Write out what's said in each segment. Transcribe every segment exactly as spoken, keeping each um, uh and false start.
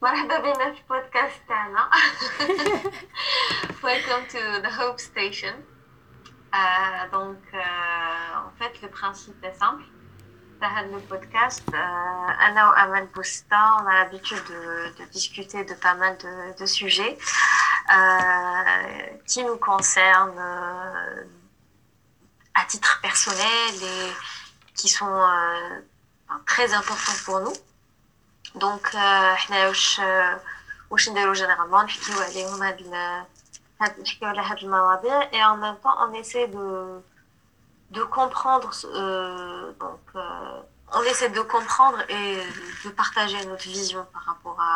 مرحبا بنا في البودكاست تاعنا. Welcome to the Hope Station. Euh, donc, euh, en fait, le principe est simple. Dans le podcast, euh, Anna ou Amal Bousta, on a l'habitude de, de discuter de pas mal de, de sujets euh, qui nous concernent euh, à titre personnel et qui sont euh, très importants pour nous. Donc, احنا واش واش نديرو généralement نحكيو عليهم هاد هاد نحكيو على هاد المواضيع et en même temps on essaie de de comprendre euh, donc euh, on essaie de comprendre et de partager notre vision par rapport à,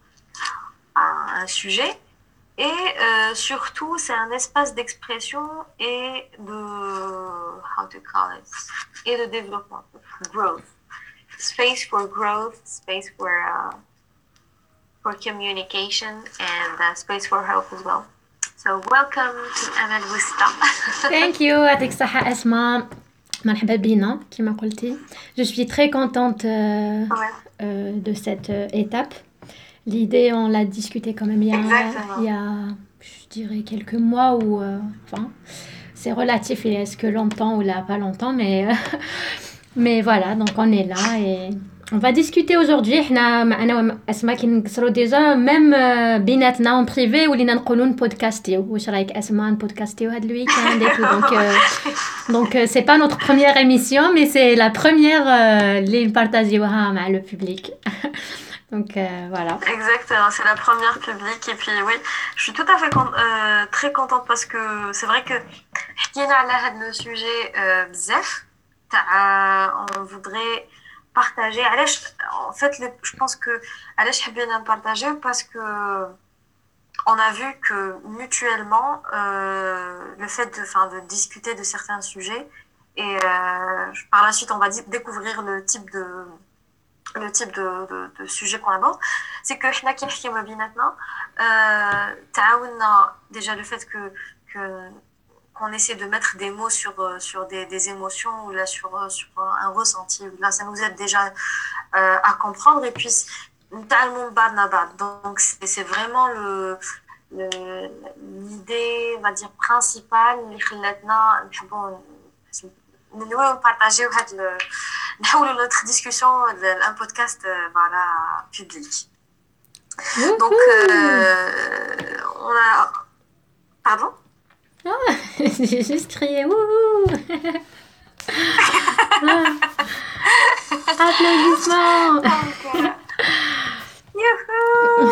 à un sujet et euh, surtout c'est un espace d'expression et de how to call it et de développement, growth, space for growth, space for uh, for communication and uh, space for help as well. So welcome to Amal Wista. Thank you, يعطيك الصحة أسماء. مرحبا بينا كما قلتي. Je suis très contente euh, Ouais. euh, de cette euh, étape. L'idée, on l'a discuté quand même il y a, il y a je dirais quelques mois ou euh, enfin c'est relatif, et est-ce que longtemps ou là pas longtemps, mais mais voilà, donc on est là et on va discuter aujourd'hui. حنا معنا اسماء كنكسروا ديجا ميم بيناتنا اون بريفي ولينا نقولوا نبودكاستيو. واش رايك اسماء نبودكاستيو هذا الويكاند et tout donc euh, donc euh, c'est pas notre première émission mais c'est la première اللي نبارطاجيوها مع le public. Donc euh, voilà. Exactement, c'est la première publique et puis oui, je suis tout à fait con- euh, très contente parce que c'est vrai que حكينا على هذا le sujet euh, بزاف تاع on voudrait partager علاش en fait le, je pense que علاش حبينا partager parce que on a vu que mutuellement euh, le fait de enfin de discuter de certains sujets et euh, par la suite on va di- découvrir le type de le type de, de, de sujet qu'on aborde, c'est que حنا كي نحكيو ما بيناتنا euh, تعاوننا déjà le fait que, que qu'on essaie de mettre des mots sur, sur des, des émotions ou là sur, sur un ressenti, là ça nous aide déjà euh, à comprendre et puis donc c'est, c'est vraiment le, le, l'idée on va dire principale اللي خلاتنا نحبوا ننويو نبارطاجيو هاد نحولوا notre discussion un podcast euh, voilà public. Wouhou. Donc euh, on a pardon ah, j'ai juste crié wouhou. ah. Applaudissements. Donc, euh, youhou.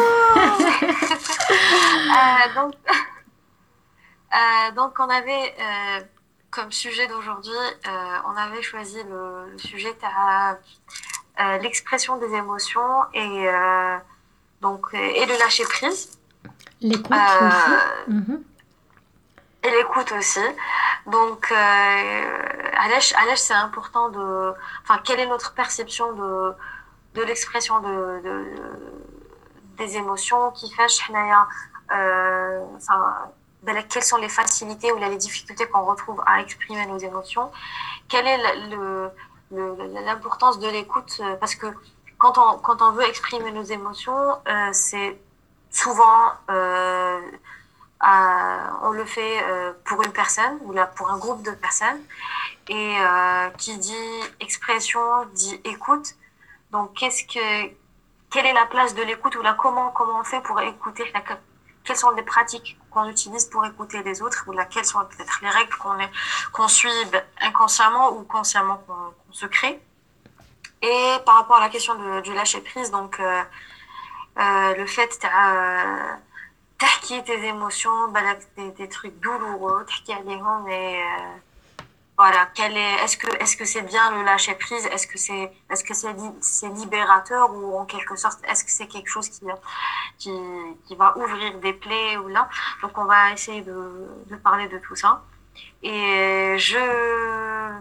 euh, donc euh, donc on avait euh, comme sujet d'aujourd'hui euh, on avait choisi le, le sujet à euh, l'expression des émotions et euh, donc et le lâcher prise. L'écoute euh, aussi. Mm-hmm. Et l'écoute aussi. Donc, euh, Alèche, Alèche, c'est important de... Enfin, quelle est notre perception de, de l'expression de, de, des émotions qui fait euh, enfin, quelles sont les facilités ou les difficultés qu'on retrouve à exprimer nos émotions. Quelle est le, le, l'importance de l'écoute? Parce que quand on, quand on veut exprimer nos émotions, euh, c'est souvent... Euh, Euh, on le fait euh, pour une personne ou là pour un groupe de personnes et euh, qui dit expression dit écoute. Donc qu'est-ce que quelle est la place de l'écoute ou là comment comment on fait pour écouter là, quelles sont les pratiques qu'on utilise pour écouter les autres ou là quelles sont peut-être les règles qu'on est, qu'on suit inconsciemment ou consciemment qu'on, qu'on se crée. Et par rapport à la question de, du lâcher prise, donc euh, euh, le fait euh, تحكي tes émotions بالك des, des trucs douloureux تحكي عليهم et euh, voilà quel est est-ce que est-ce que c'est bien le lâcher prise, est-ce que c'est est-ce que c'est c'est libérateur ou en quelque sorte est-ce que c'est quelque chose qui qui qui va ouvrir des plaies ou là. Donc on va essayer de de parler de tout ça et je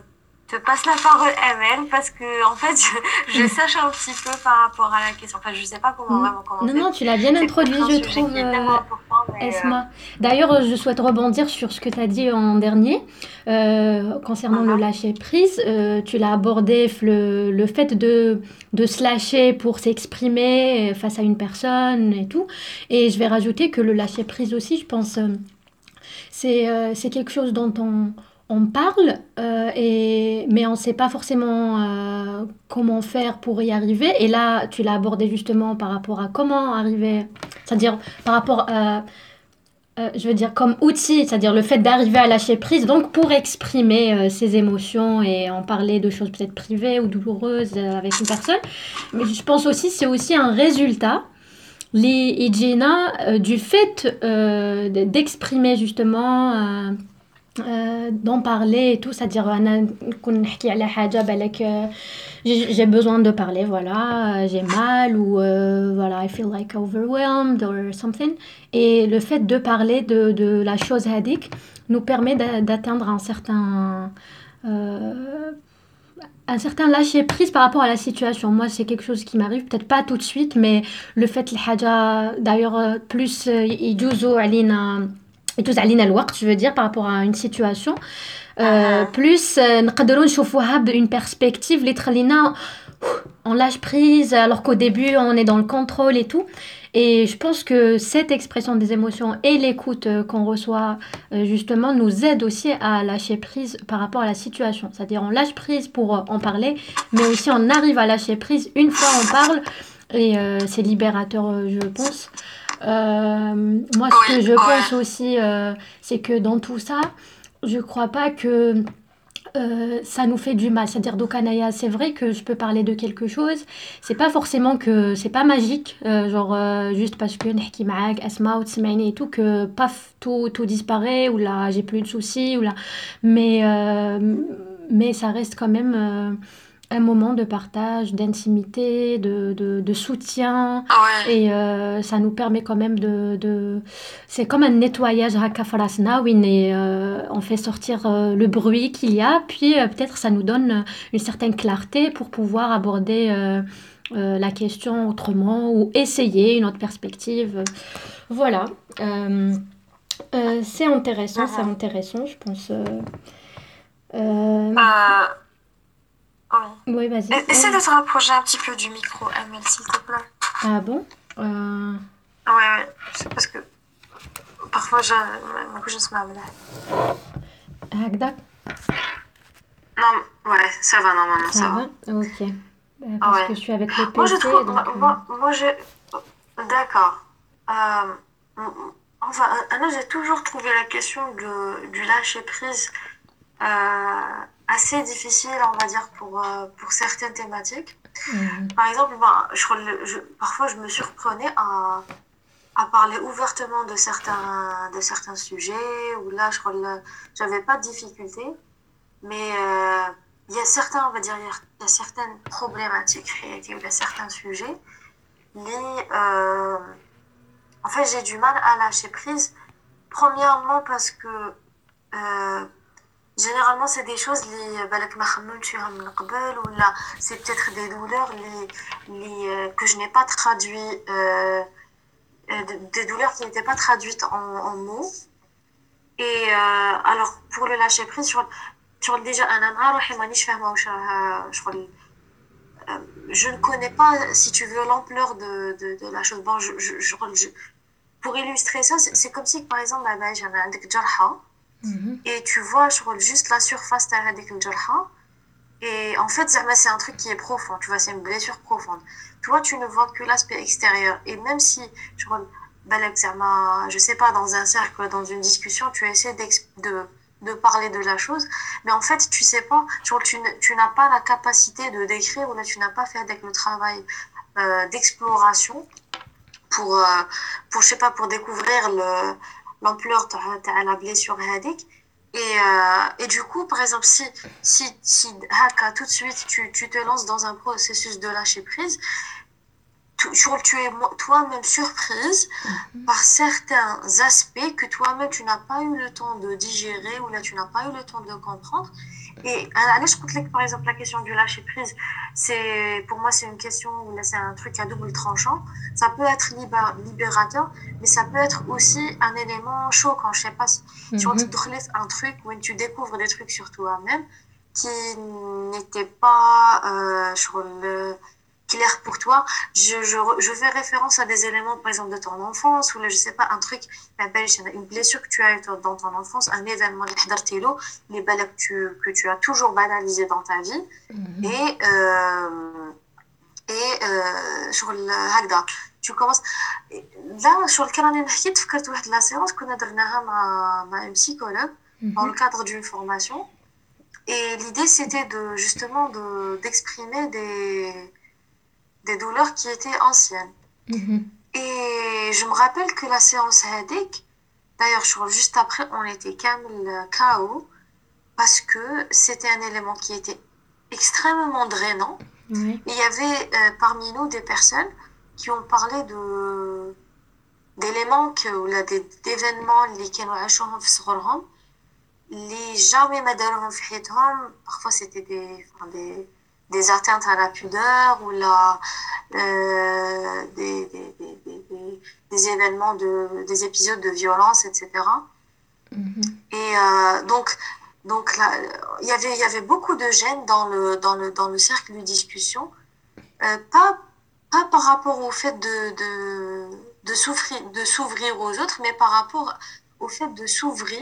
te passe la parole, Amel, parce que en fait, je, je sache un petit peu par rapport à la question. Enfin, je sais pas comment Mm. vraiment Non, commencer. non, tu l'as bien C'est peut-être introduit, un je sujet trouve, qui est euh, tellement important, mais euh, Esma. D'ailleurs, je souhaite rebondir sur ce que tu as dit en dernier euh, concernant le mhm, lâcher-prise. Euh, tu l'as abordé, le, le fait de, de se lâcher pour s'exprimer face à une personne et tout. Et je vais rajouter que le lâcher-prise aussi, je pense, euh, c'est euh, c'est quelque chose dont on, on parle, euh, et, mais on ne sait pas forcément euh, comment faire pour y arriver. Et là, tu l'as abordé justement par rapport à comment arriver, c'est-à-dire par rapport à, euh, je veux dire, comme outil, c'est-à-dire le fait d'arriver à lâcher prise, donc pour exprimer euh, ses émotions et en parler de choses peut-être privées ou douloureuses euh, avec une personne. Mais je pense aussi c'est aussi un résultat les Ijina, euh, du fait euh, d'exprimer justement euh, euh, d'en parler et tout, c'est-à-dire أنا نكون نحكي على حاجة بالك euh, j'ai j'ai besoin de parler, voilà, euh, j'ai mal ou euh, voilà, I feel like overwhelmed or something. Et le fait de parler de, de la chose hadik nous permet d'a- d'atteindre un certain euh, un certain lâcher prise par rapport à la situation. Moi, c'est quelque chose qui m'arrive, peut-être pas tout de suite, mais le fait الحاجة d'ailleurs euh, plus euh, يجوزوا علينا يجوز علينا الوقت, je veux dire, par rapport à une situation, euh, mhm. plus euh, نقدروا نشوفوها d'une perspective اللي تخلينا on lâche prise alors qu'au début on est dans le contrôle et tout. Et je pense que cette expression des émotions et l'écoute euh, qu'on reçoit euh, justement nous aide aussi à lâcher prise par rapport à la situation. C'est-à-dire on lâche prise pour euh, en parler, mais aussi on arrive à lâcher prise une fois on parle et euh, c'est libérateur, euh, je pense. Euh, moi, ce Oui, que je pense ouais. aussi, euh, c'est que dans tout ça, je crois pas que euh, ça nous fait du mal. C'est-à-dire, Dokanaya, c'est vrai que je peux parler de quelque chose. C'est pas forcément que c'est pas magique, euh, genre euh, juste parce que نحكي معاك اسمع وتسمعني et tout que paf tout tout disparaît ou là j'ai plus de soucis ou là. Mais euh, mais ça reste quand même euh, un moment de partage, d'intimité, de, de, de soutien. Ouais. Et euh, ça nous permet quand même de, de... C'est comme un nettoyage haka farasna, oui, et euh, on fait sortir euh, le bruit qu'il y a, puis euh, peut-être ça nous donne une certaine clarté pour pouvoir aborder euh, euh, la question autrement ou essayer une autre perspective. Voilà. Euh, euh, c'est intéressant, c'est Mhm. intéressant, je pense. Euh, euh, Euh, oui. Oui, vas-y. E- Essaie de te rapprocher un petit peu du micro, Amel, s'il te plaît. Ah bon? Euh, Ouais, ouais. C'est parce que parfois, je, ma couche se m'amène. هكذا Non, ouais, ça va, normalement, ça ça va? va. Ok. Euh, Ah parce ouais. que je suis avec le Moi, je P C, trouve, moi, donc... euh, moi, moi, je, d'accord. Euh, enfin, Anna, j'ai toujours trouvé la question de, du lâcher prise euh, assez difficile, on va dire, pour, euh, pour certaines thématiques. mhm, Par exemple, ben, je, je- parfois, je me surprenais à, à parler ouvertement de certains, de certains sujets, où là, je j'avais pas de difficulté. Mais euh, il y a certains, on va dire, il y a certaines problématiques, il y a certains sujets. Les, euh, en fait, j'ai du mal à lâcher prise. Premièrement, parce que euh, généralement, c'est des choses les, بالك ما خممتش من قبل, ou là, c'est peut-être des douleurs les, les, euh, que je n'ai pas traduit, euh, euh, des douleurs qui n'étaient pas traduites en, en mots. Et euh, alors, pour le lâcher prise, sur, sur déjà un أنا روحي مانيش فاهمة واش راه شغل. Euh, je ne connais pas, si tu veux, l'ampleur de, de, de la chose. Bon, je, je, je, je- pour illustrer ça, c'est c'est comme si, par exemple, là, ben, j'en ai un jarha, mhm. et tu vois, je roule juste la surface de la jarha, et en fait, zama, c'est un truc qui est profond, tu vois, c'est une blessure profonde. Toi, tu ne vois que l'aspect extérieur, et même si, je roule, balak, zama, je sais pas, dans un cercle, dans une discussion, tu essaies d'ex- de, de parler de la chose, mais en fait, tu sais pas, genre, tu, n- tu n'as pas la capacité de décrire, ou là, tu n'as pas fait avec le travail euh, d'exploration pour, euh, pour, je sais pas, pour découvrir le, l'ampleur de la blessure hadik. Et, euh, et du coup, par exemple, si, si, si haka, tout de suite, tu, tu te lances dans un processus de lâcher prise, tu, genre, tu es mo- toi-même surprise Mhm. par certains aspects que toi-même tu n'as pas eu le temps de digérer ou là tu n'as pas eu le temps de comprendre. Et euh, là, je compte par exemple la question du lâcher prise, c'est pour moi c'est une question ou là c'est un truc à double tranchant. Ça peut être liba- libérateur, mais ça peut être aussi un élément choquant. Je sais pas si sur Mhm. un truc où tu découvres des trucs sur toi-même qui n'étaient pas euh, sur le clair pour toi. Je, je, je fais référence à des éléments, par exemple, de ton enfance, ou là, je sais pas, un truc, une blessure que tu as eu dans ton enfance, un événement, les balais que tu, que tu as toujours banalisé dans ta vie. Mhm. Et, euh, et euh, sur le هكذا tu commences là sur le كان نحكي تفكرت واحد la séance كنا درناها مع مع une psychologue dans le Mhm. cadre d'une formation et l'idée c'était de justement de d'exprimer des des douleurs qui étaient anciennes. Mhm. Et je me rappelle que la séance Hadik, d'ailleurs, je crois juste après, on était Kamel K O parce que c'était un élément qui était extrêmement drainant. Ouais. Et il y avait euh, parmi nous des personnes qui ont parlé de d'éléments que, ou là, des- d'événements اللي كانوا عاشوهم في صغرهم اللي jamais ما داروهم في حياتهم. Parfois c'était des, enfin, des des atteintes à la pudeur ou la euh, des, des, des, des, des- des événements de des épisodes de violence, et cetera. Mhm. Et euh, donc donc là, il y avait il y avait beaucoup de gêne dans le dans le dans le cercle de discussion. Euh, pas pas par rapport au fait de de de souffrir de s'ouvrir aux autres, mais par rapport au fait de s'ouvrir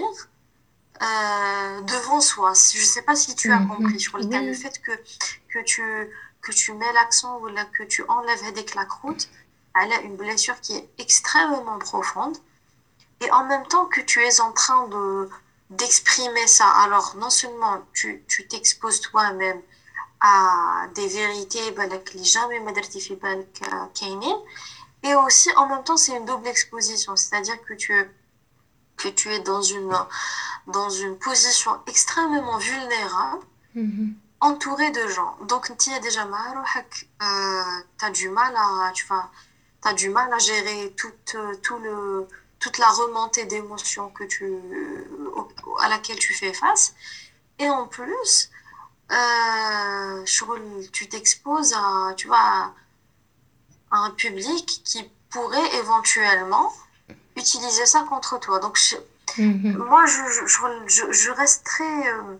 euh, devant soi. Je ne sais pas si tu as compris. Mhm. Je crois que le Oui. fait que, que, tu, que tu mets l'accent ou là, que tu enlèves avec la croûte, elle a une blessure qui est extrêmement profonde. Et en même temps que tu es en train de d'exprimer ça, alors non seulement tu tu t'exposes toi-même à des vérités بالك اللي jamais ما درتي في بالك كاينين, et aussi en même temps c'est une double exposition, c'est-à-dire que tu que tu es dans une dans une position extrêmement vulnérable, Mhm. entouré de gens. Donc, tu es déjà mal, euh, t'as du mal à, tu vois, t'as du mal à gérer toute, euh, tout le, toute la remontée d'émotions que tu, au- à laquelle tu fais face. Et en plus, euh, sur tu t'exposes à, tu vois, à, à un public qui pourrait éventuellement utiliser ça contre toi. Donc, je- Mhm. moi, je, je, je, je reste très, euh,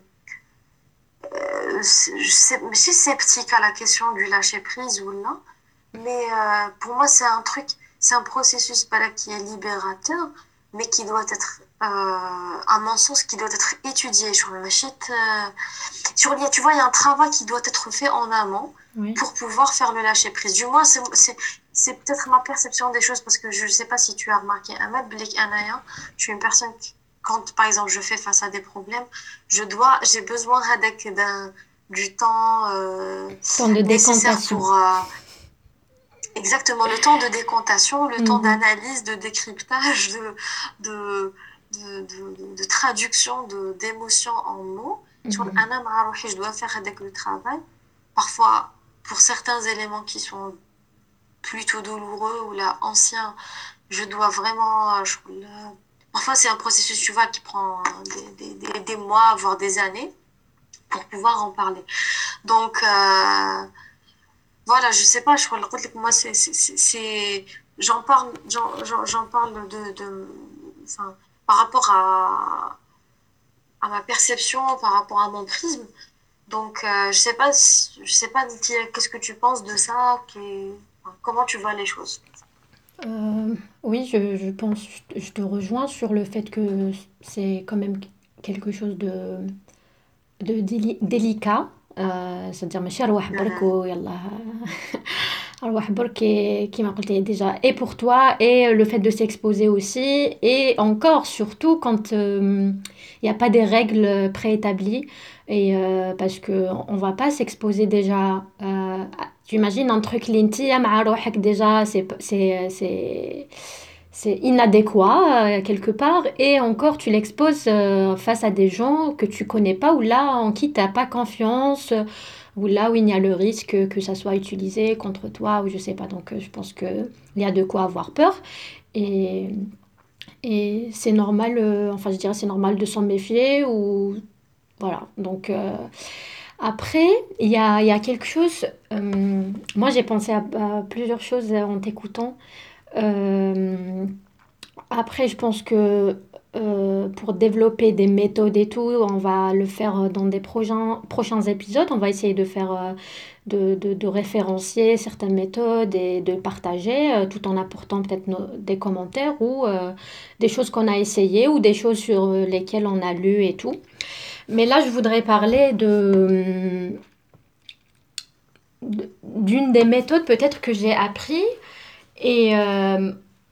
euh, je sais, je suis sceptique à la question du lâcher prise ou non, mais euh, pour moi, c'est un truc, c'est un processus voilà, qui est libérateur, mais qui doit être, euh, à mon sens, qui doit être étudié sur le machine. Euh, sur, il y a- tu vois, il y a un travail qui doit être fait en amont Oui. pour pouvoir faire le lâcher prise. Du moins, c'est, c'est, c'est peut-être ma perception des choses parce que je ne sais pas si tu as remarqué, Ahmed Blik Anaya, je suis une personne qui, quand par exemple je fais face à des problèmes, je dois, j'ai besoin avec d'un, du temps euh, Temps de nécessaire décantation. pour euh, exactement le temps de décantation, le temps Mhm. d'analyse, de décryptage, de, de, de, de, de traduction de, d'émotions en mots. Sur Mhm. l'anam je dois faire avec le travail. Parfois, pour certains éléments qui sont plutôt douloureux ou là anciens, je dois vraiment. euh, je- là, parfois, c'est un processus, tu vois, qui prend des, des, des, des mois, voire des années pour pouvoir en parler. Donc, euh, voilà, je sais pas, je crois que moi, c'est, c'est, c'est, c'est- j'en parle, j'en, j'en, j'en parle de, de, enfin, par rapport à, à ma perception, par rapport à mon prisme. Donc, euh, je sais pas, si- je sais pas, Niki, qu'est-ce que tu penses de ça, qui, enfin, comment tu vois les choses? Euh, oui, je, je pense, je te rejoins sur le fait que c'est quand même quelque chose de, de déli- délicat. Euh, c'est-à-dire ماشي أرواح برك Mhm. ويلا أرواح برك كي- كيما قلتي déjà et pour toi et le fait de s'exposer aussi et encore surtout quand il n'y a pas des règles préétablies et euh, parce que on va pas s'exposer déjà euh, tu imagines un truc اللي انتي مع روحك déjà c'est c'est c'est c'est inadéquat euh, quelque part et encore tu l'exposes euh, face à des gens que tu connais pas ou là en qui t'as pas confiance. où là où il y a le risque que ça soit utilisé contre toi ou je sais pas. Donc euh, je pense qu'il y a de quoi avoir peur. Et, et c'est normal, euh, enfin je dirais c'est normal de s'en méfier ou voilà. Donc euh, après, il y a, il y a quelque chose, euh, moi j'ai pensé à, à plusieurs choses en t'écoutant. Euh, Après, je pense que euh, pour développer des méthodes et tout, on va le faire dans des prochains, prochains épisodes. On va essayer de faire, euh, de, de, de référencier certaines méthodes et de partager, euh, tout en apportant peut-être nos- des commentaires ou euh, des choses qu'on a essayées ou des choses sur lesquelles on a lu et tout. Mais là, je voudrais parler de, de- d'une des méthodes peut-être que j'ai appris et euh,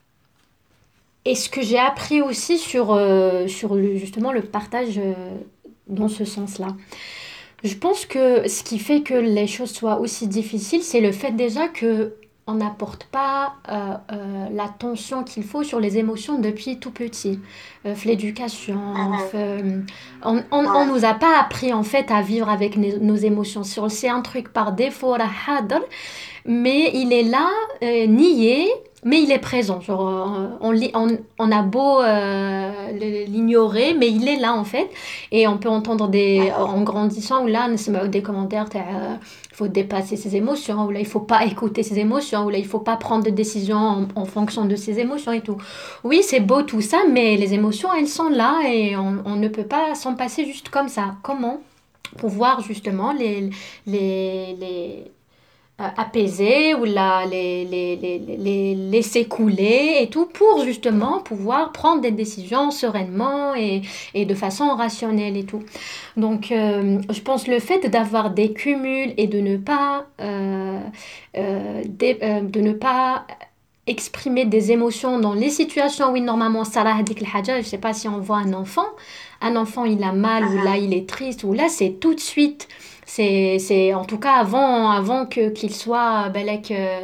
Et ce que j'ai appris aussi sur, euh, sur le- justement le partage euh, dans ce sens-là. Je pense que ce qui fait que les choses soient aussi difficiles, c'est le fait déjà que on n'apporte pas euh, euh, l'attention qu'il faut sur les émotions depuis tout petit. Euh, l'éducation, Mhm. euh, on, on, on Ouais. nous a pas appris en fait à vivre avec nos, nos émotions. Sur- C'est un truc par défaut, راه حاضر, mais il est là, euh, nié, mais il est présent. Genre, euh, on, li- on, on a beau euh, le- l'ignorer, mais il est là en fait. Et on peut entendre des, Mhm. en grandissant, ou là, c'est des commentaires, t'as, euh, il faut dépasser ses émotions, ou là, il faut pas écouter ses émotions, ou là, il faut pas prendre de décision en, en fonction de ses émotions et tout. Oui, c'est beau tout ça, mais les émotions, elles sont là et on, on ne peut pas s'en passer juste comme ça. Comment pouvoir justement les, les, les, euh, apaiser ou la, les, les, les, les laisser couler et tout pour justement pouvoir prendre des décisions sereinement et, et de façon rationnelle et tout. Donc euh, je pense le fait d'avoir des cumuls et de ne pas, euh, euh, dé- euh, de ne pas exprimer des émotions dans les situations où normalement Salah dit que le haja, je sais pas si on voit un enfant, un enfant il a mal ou là Mhm. il est triste ou là c'est tout de suite c'est, c'est en tout cas avant, avant que, qu'il soit balek, euh,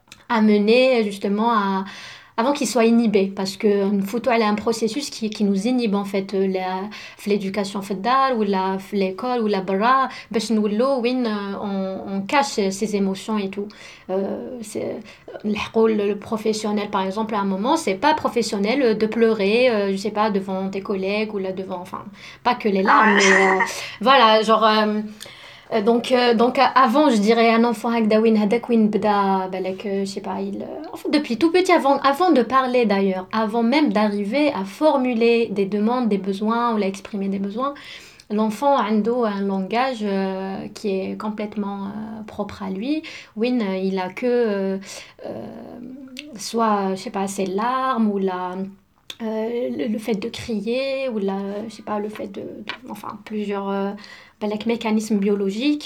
amené justement à, avant qu'il soit inhibé parce que une photo elle a un processus qui, qui nous inhibe en fait euh, la في l'éducation في الدار ولا في l'école ولا برا باش نولو وين euh, on, on cache ses émotions et tout euh, c'est نلحقوا le le professionnel par exemple à un moment c'est pas professionnel de pleurer euh, je sais pas devant tes collègues ou là devant enfin pas que les larmes Ouais. mais euh, voilà genre euh, euh, donc, euh, donc euh, avant, je dirais un enfant هكذا وين هذاك وين بدا بالك euh, je sais pas il euh, enfin, depuis tout petit avant avant de parler d'ailleurs avant même d'arriver à formuler des demandes des besoins ou à exprimer des besoins l'enfant a un langage euh, qui est complètement euh, propre à lui win euh, il a que euh, euh, soit je sais pas ses larmes ou la euh, le, le fait de crier ou la, je sais pas, le fait de, de- enfin plusieurs euh, ben, like, mécanismes biologiques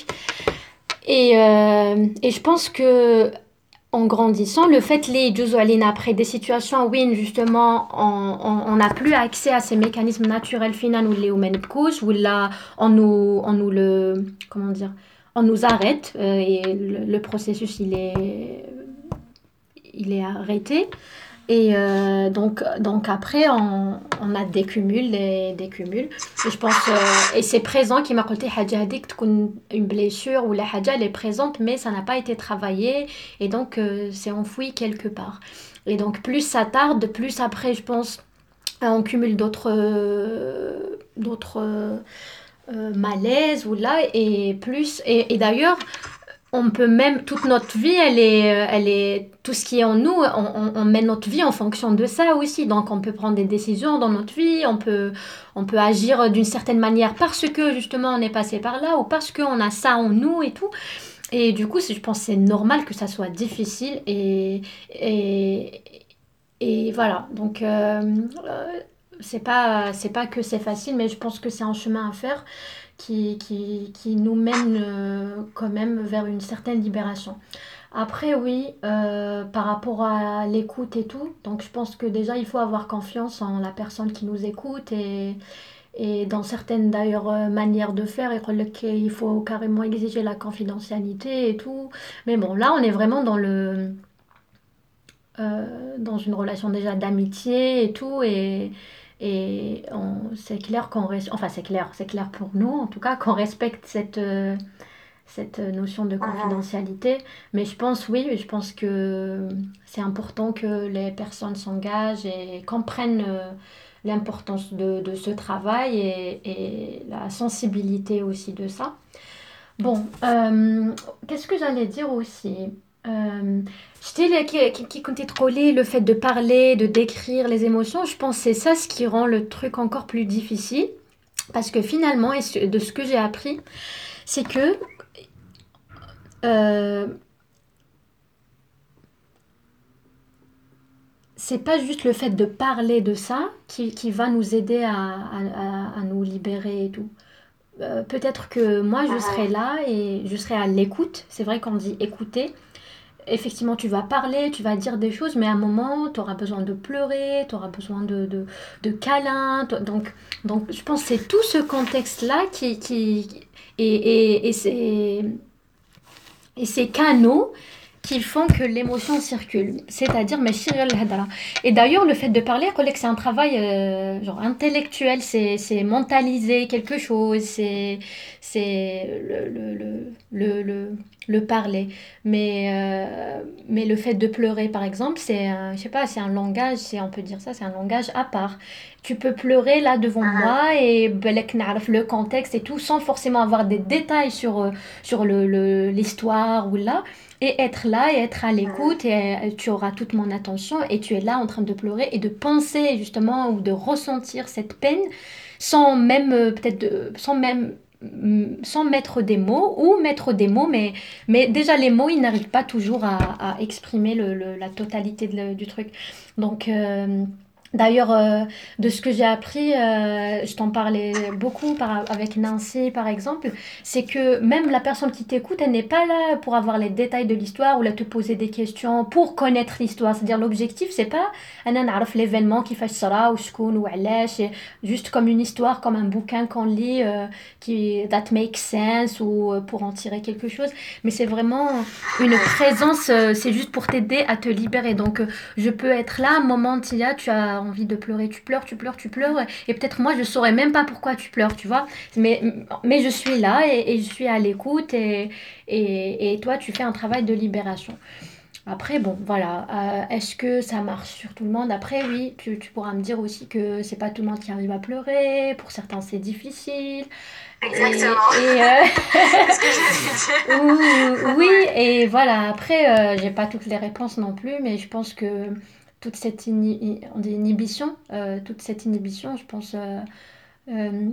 et, euh, et je pense que en grandissant, le fait les Josualines après des situations où justement on n'a plus accès à ces mécanismes naturels finaux ou les humains couches où là on nous on nous le comment dire on nous arrête euh, et le, le processus il est il est arrêté et euh, donc, donc après, on, on a des cumuls, des, des cumuls. Et je pense, euh, et c'est présent qui m'a côté haja hadik تكون une blessure ou la haja elle est présente, mais ça n'a pas été travaillé et donc euh, c'est enfoui quelque part. Et donc plus ça tarde, plus après, je pense, on cumule d'autres euh, d'autres euh, euh, malaises ou là et plus et, et d'ailleurs on peut même, toute notre vie, elle est, euh, elle est, tout ce qui est en nous, on, on, on met notre vie en fonction de ça aussi. Donc, on peut prendre des décisions dans notre vie, on peut, on peut agir d'une certaine manière parce que justement on est passé par là ou parce qu'on a ça en nous et tout. Et du coup, je pense que c'est normal que ça soit difficile et, et, et voilà. Donc, euh, euh, c'est pas, c'est pas que c'est facile, mais je pense que c'est un chemin à faire qui, qui, qui nous mène euh, quand même vers une certaine libération. Après, oui, euh, par rapport à l'écoute et tout, donc je pense que déjà il faut avoir confiance en la personne qui nous écoute et, et dans certaines d'ailleurs euh, manières de faire, et il faut carrément exiger la confidentialité et tout. Mais bon, là on est vraiment dans le, euh, dans une relation déjà d'amitié et tout, et, et on- c'est clair qu'on res- enfin c'est clair, c'est clair pour nous en tout cas qu'on respecte cette, euh, cette notion de Mhm. confidentialité. Mais je pense, oui, je pense que c'est important que les personnes s'engagent et comprennent euh, l'importance de, de ce travail et, et la sensibilité aussi de ça. Bon, euh, qu'est-ce que j'allais dire aussi? Euh, je dis qui, qui, qui comptait troller le fait de parler, de décrire les émotions. Je pense que c'est ça ce qui rend le truc encore plus difficile. Parce que finalement, et ce- de ce que j'ai appris, c'est que euh, c'est pas juste le fait de parler de ça qui, qui va nous aider à, à- à- à nous libérer et tout. Euh, peut-être que moi, je serai Mhm. là et je serai à l'écoute. C'est vrai qu'on dit écouter. Effectivement, tu vas parler, tu vas dire des choses, mais à un moment, tu auras besoin de pleurer, tu auras besoin de, de, de câlins. toi- Donc, donc, je pense que c'est tout ce contexte-là qui, qui, et, et, et, ces, et ces canaux qui font que l'émotion circule. C'est-à-dire, mais et d'ailleurs, le fait de parler, c'est un travail euh, genre intellectuel, c'est, c'est mentaliser quelque chose, c'est, c'est le, le, le, le, le, le parler. Mais, euh, mais le fait de pleurer, par exemple, c'est un, je sais pas, c'est un langage, si on peut dire ça, c'est un langage à part. Tu peux pleurer là devant Mhm. moi et belek na'raf le contexte et tout sans forcément avoir des détails sur, euh, sur le, le- l'histoire ou là et être là et être à Mhm. l'écoute et euh, tu auras toute mon attention et tu es là en train de pleurer et de penser justement ou de ressentir cette peine sans même euh, peut-être de- sans même mm, sans mettre des mots ou mettre des mots mais, mais déjà les mots ils n'arrivent pas toujours à, à exprimer le, le- la totalité de le- du truc donc euh, d'ailleurs euh, de ce que j'ai appris euh, je t'en parlais beaucoup par- avec Nancy par exemple c'est que même la personne qui t'écoute, elle n'est pas là pour avoir les détails de l'histoire ou là te poser des questions pour connaître l'histoire. C'est-à-dire l'objectif, c'est pas أنا نعرف l'événement qui fait صرا وشكون وعلاش et juste comme une histoire, comme un bouquin qu'on lit euh, qui that makes sense ou euh, pour en tirer quelque chose. Mais c'est vraiment une présence, euh, c'est juste pour t'aider à te libérer. Donc euh, je peux être là, un moment, Tia, tu as envie de pleurer, tu pleures, tu pleures, tu pleures et peut-être moi je saurais même pas pourquoi tu pleures, tu vois. Mais, mais je suis là et, et je suis à l'écoute et, et, et toi, tu fais un travail de libération. Après, bon, voilà. Euh, est-ce que ça marche sur tout le monde? Après, oui, tu, tu pourras me dire aussi que c'est pas tout le monde qui arrive à pleurer. Pour certains, c'est difficile. Et, Exactement. et euh, C'est ce que j'allais dire. Ouh, oui, Ouais. et voilà. Après, euh, j'ai pas toutes les réponses non plus, mais je pense que toute cette ini- on dit inhibition, euh, toute cette inhibition, je pense. euh, euh,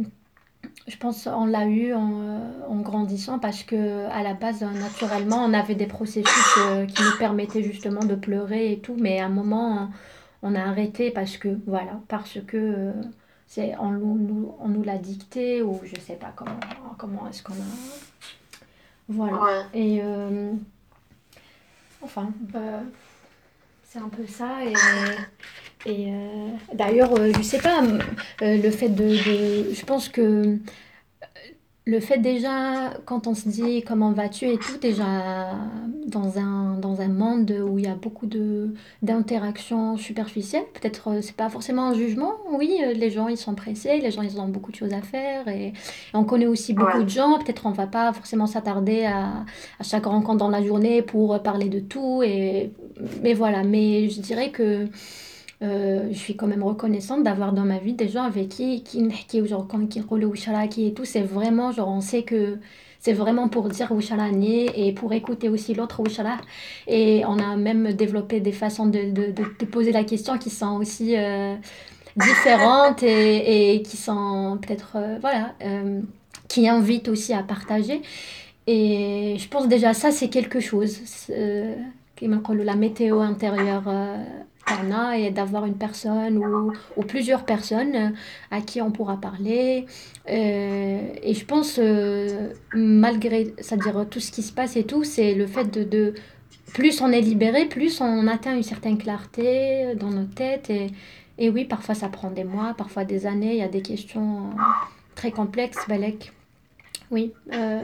je pense on l'a eu en, euh, en grandissant parce que à la base, euh, naturellement, on avait des processus euh, qui nous permettaient justement de pleurer et tout, mais à un moment, on a arrêté parce que, voilà, parce que euh, c'est, on, nous, nous- on nous l'a dicté ou je sais pas comment, comment est-ce qu'on a... Voilà. Ouais. Et euh, enfin, bah, c'est un peu ça. Et, et euh, d'ailleurs, euh, je sais pas, euh, le fait de, de... Je pense que le fait déjà, quand on se dit comment vas-tu et tout, déjà dans un, dans un monde où il y a beaucoup de, d'interactions superficielles, peut-être euh, c'est pas forcément un jugement, oui, euh, les gens ils sont pressés, les gens ils ont beaucoup de choses à faire et, et on connaît aussi beaucoup Ouais. de gens, peut-être on va pas forcément s'attarder à, à chaque rencontre dans la journée pour parler de tout, et, mais voilà, mais je dirais que euh, je suis quand même reconnaissante d'avoir dans ma vie des gens avec qui qui نحكي genre quand qui roulent ou charaki et tout c'est vraiment genre on sait que c'est vraiment pour dire Wicharani et pour écouter aussi l'autre Wichara et on a même développé des façons de, de, de, de poser la question qui sont aussi euh, différentes et, et qui sont peut-être euh, voilà euh, qui invitent aussi à partager et je pense déjà ça c'est quelque chose euh, كيما نقولوا la météo intérieure euh, تاعنا et d'avoir une personne ou, ou plusieurs personnes euh, à qui on pourra parler. Euh, et je pense, euh, malgré, c'est-à-dire tout ce qui se passe et tout, c'est le fait de, de plus on est libéré, plus on atteint une certaine clarté dans nos têtes. Et, et oui, parfois ça prend des mois, parfois des années, il y a des questions euh, très complexes, Balek. Oui, euh,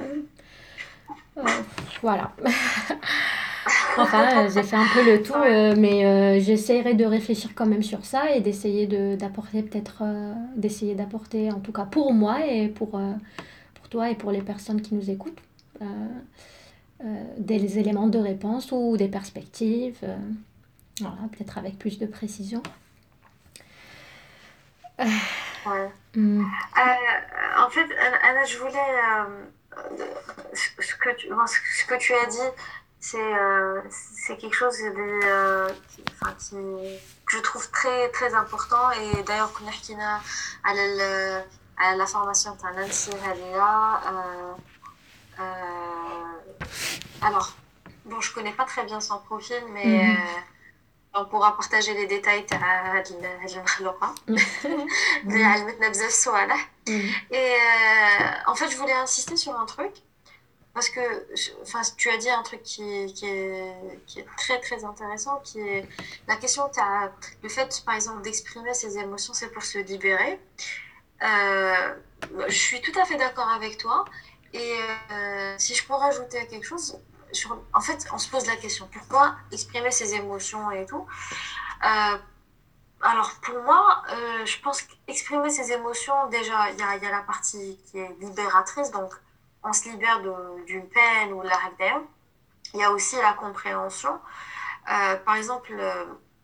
euh, voilà. Enfin, euh, j'ai fait un peu le tour, Ouais. euh, mais euh, j'essaierai de réfléchir quand même sur ça et d'essayer de, d'apporter peut-être, euh, d'essayer d'apporter, en tout cas pour moi et pour, euh, pour toi et pour les personnes qui nous écoutent, euh, euh, des éléments de réponse ou des perspectives. euh, voilà, peut-être avec plus de précision. Euh, Ouais. hmm. Euh, en fait, Anna, je voulais. Euh, ce, ce que tu, bon, ce, ce que tu as dit, c'est euh, c'est quelque chose de, euh, qui, enfin, qui, que je trouve très, très important. Et d'ailleurs, كنا حكينا على ال- على la formation تاع نانسي هذيا. Euh, euh, alors, bon, je connais pas très bien son profil, mais Mhm. euh, on pourra partager les détails تاع هاد ال- هاد المخلوقة اللي Oui. علمتنا بزاف الصوالح. Oui. Et euh, en fait, je voulais insister sur un truc, parce que enfin, tu as dit un truc qui, qui, est, qui est très très intéressant, qui est la question, t'as, le fait par exemple d'exprimer ses émotions, c'est pour se libérer. Euh, je suis tout à fait d'accord avec toi. Et euh, si je peux rajouter quelque chose, sur, en fait, on se pose la question, pourquoi exprimer ses émotions et tout. Euh, alors pour moi, euh, je pense qu'exprimer ses émotions, déjà, il y a, y a la partie qui est libératrice, donc on se libère de- d'une peine ou de la règle. Il y a aussi la compréhension. Euh, par exemple, euh,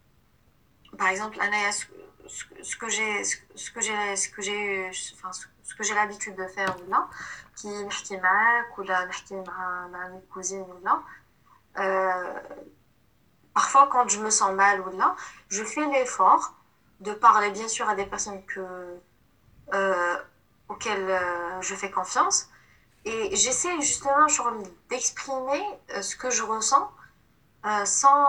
par exemple, Anaya, ce, ce, ce que j'ai, ce, ce que j'ai, ce que j'ai, enfin, ce, ce que j'ai l'habitude de faire là, qui نحكي معاك ولا نحكي مع مع mes cousines ou là, euh, parfois quand je me sens mal ou là, je fais l'effort de parler bien sûr à des personnes que euh, auxquelles euh, je fais confiance. Et j'essaie justement genre, d'exprimer euh, ce que je ressens euh,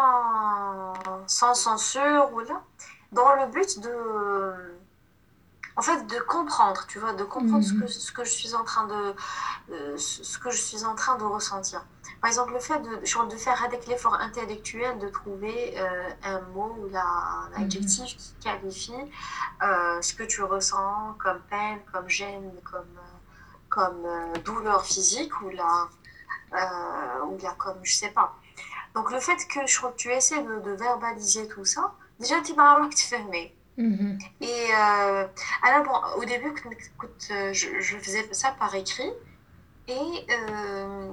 sans, sans censure ou là, dans le but de, en fait, de comprendre, tu vois, de comprendre ce que, Mhm. ce que je suis en train de, euh, ce que je suis en train de ressentir. Par exemple, le fait de, genre, de faire avec l'effort intellectuel, de trouver euh, un mot ou la, un Mhm. adjectif qui qualifie euh, ce que tu ressens comme peine, comme gêne, comme, euh, comme euh, douleur physique ou la, euh, ou la comme, je sais pas. Donc le fait que je, tu essaies de, de verbaliser tout ça, déjà tu m'as tu fais. Mhm. Et euh, alors bon, au début, écoute, euh, je, je faisais ça par écrit. Et euh,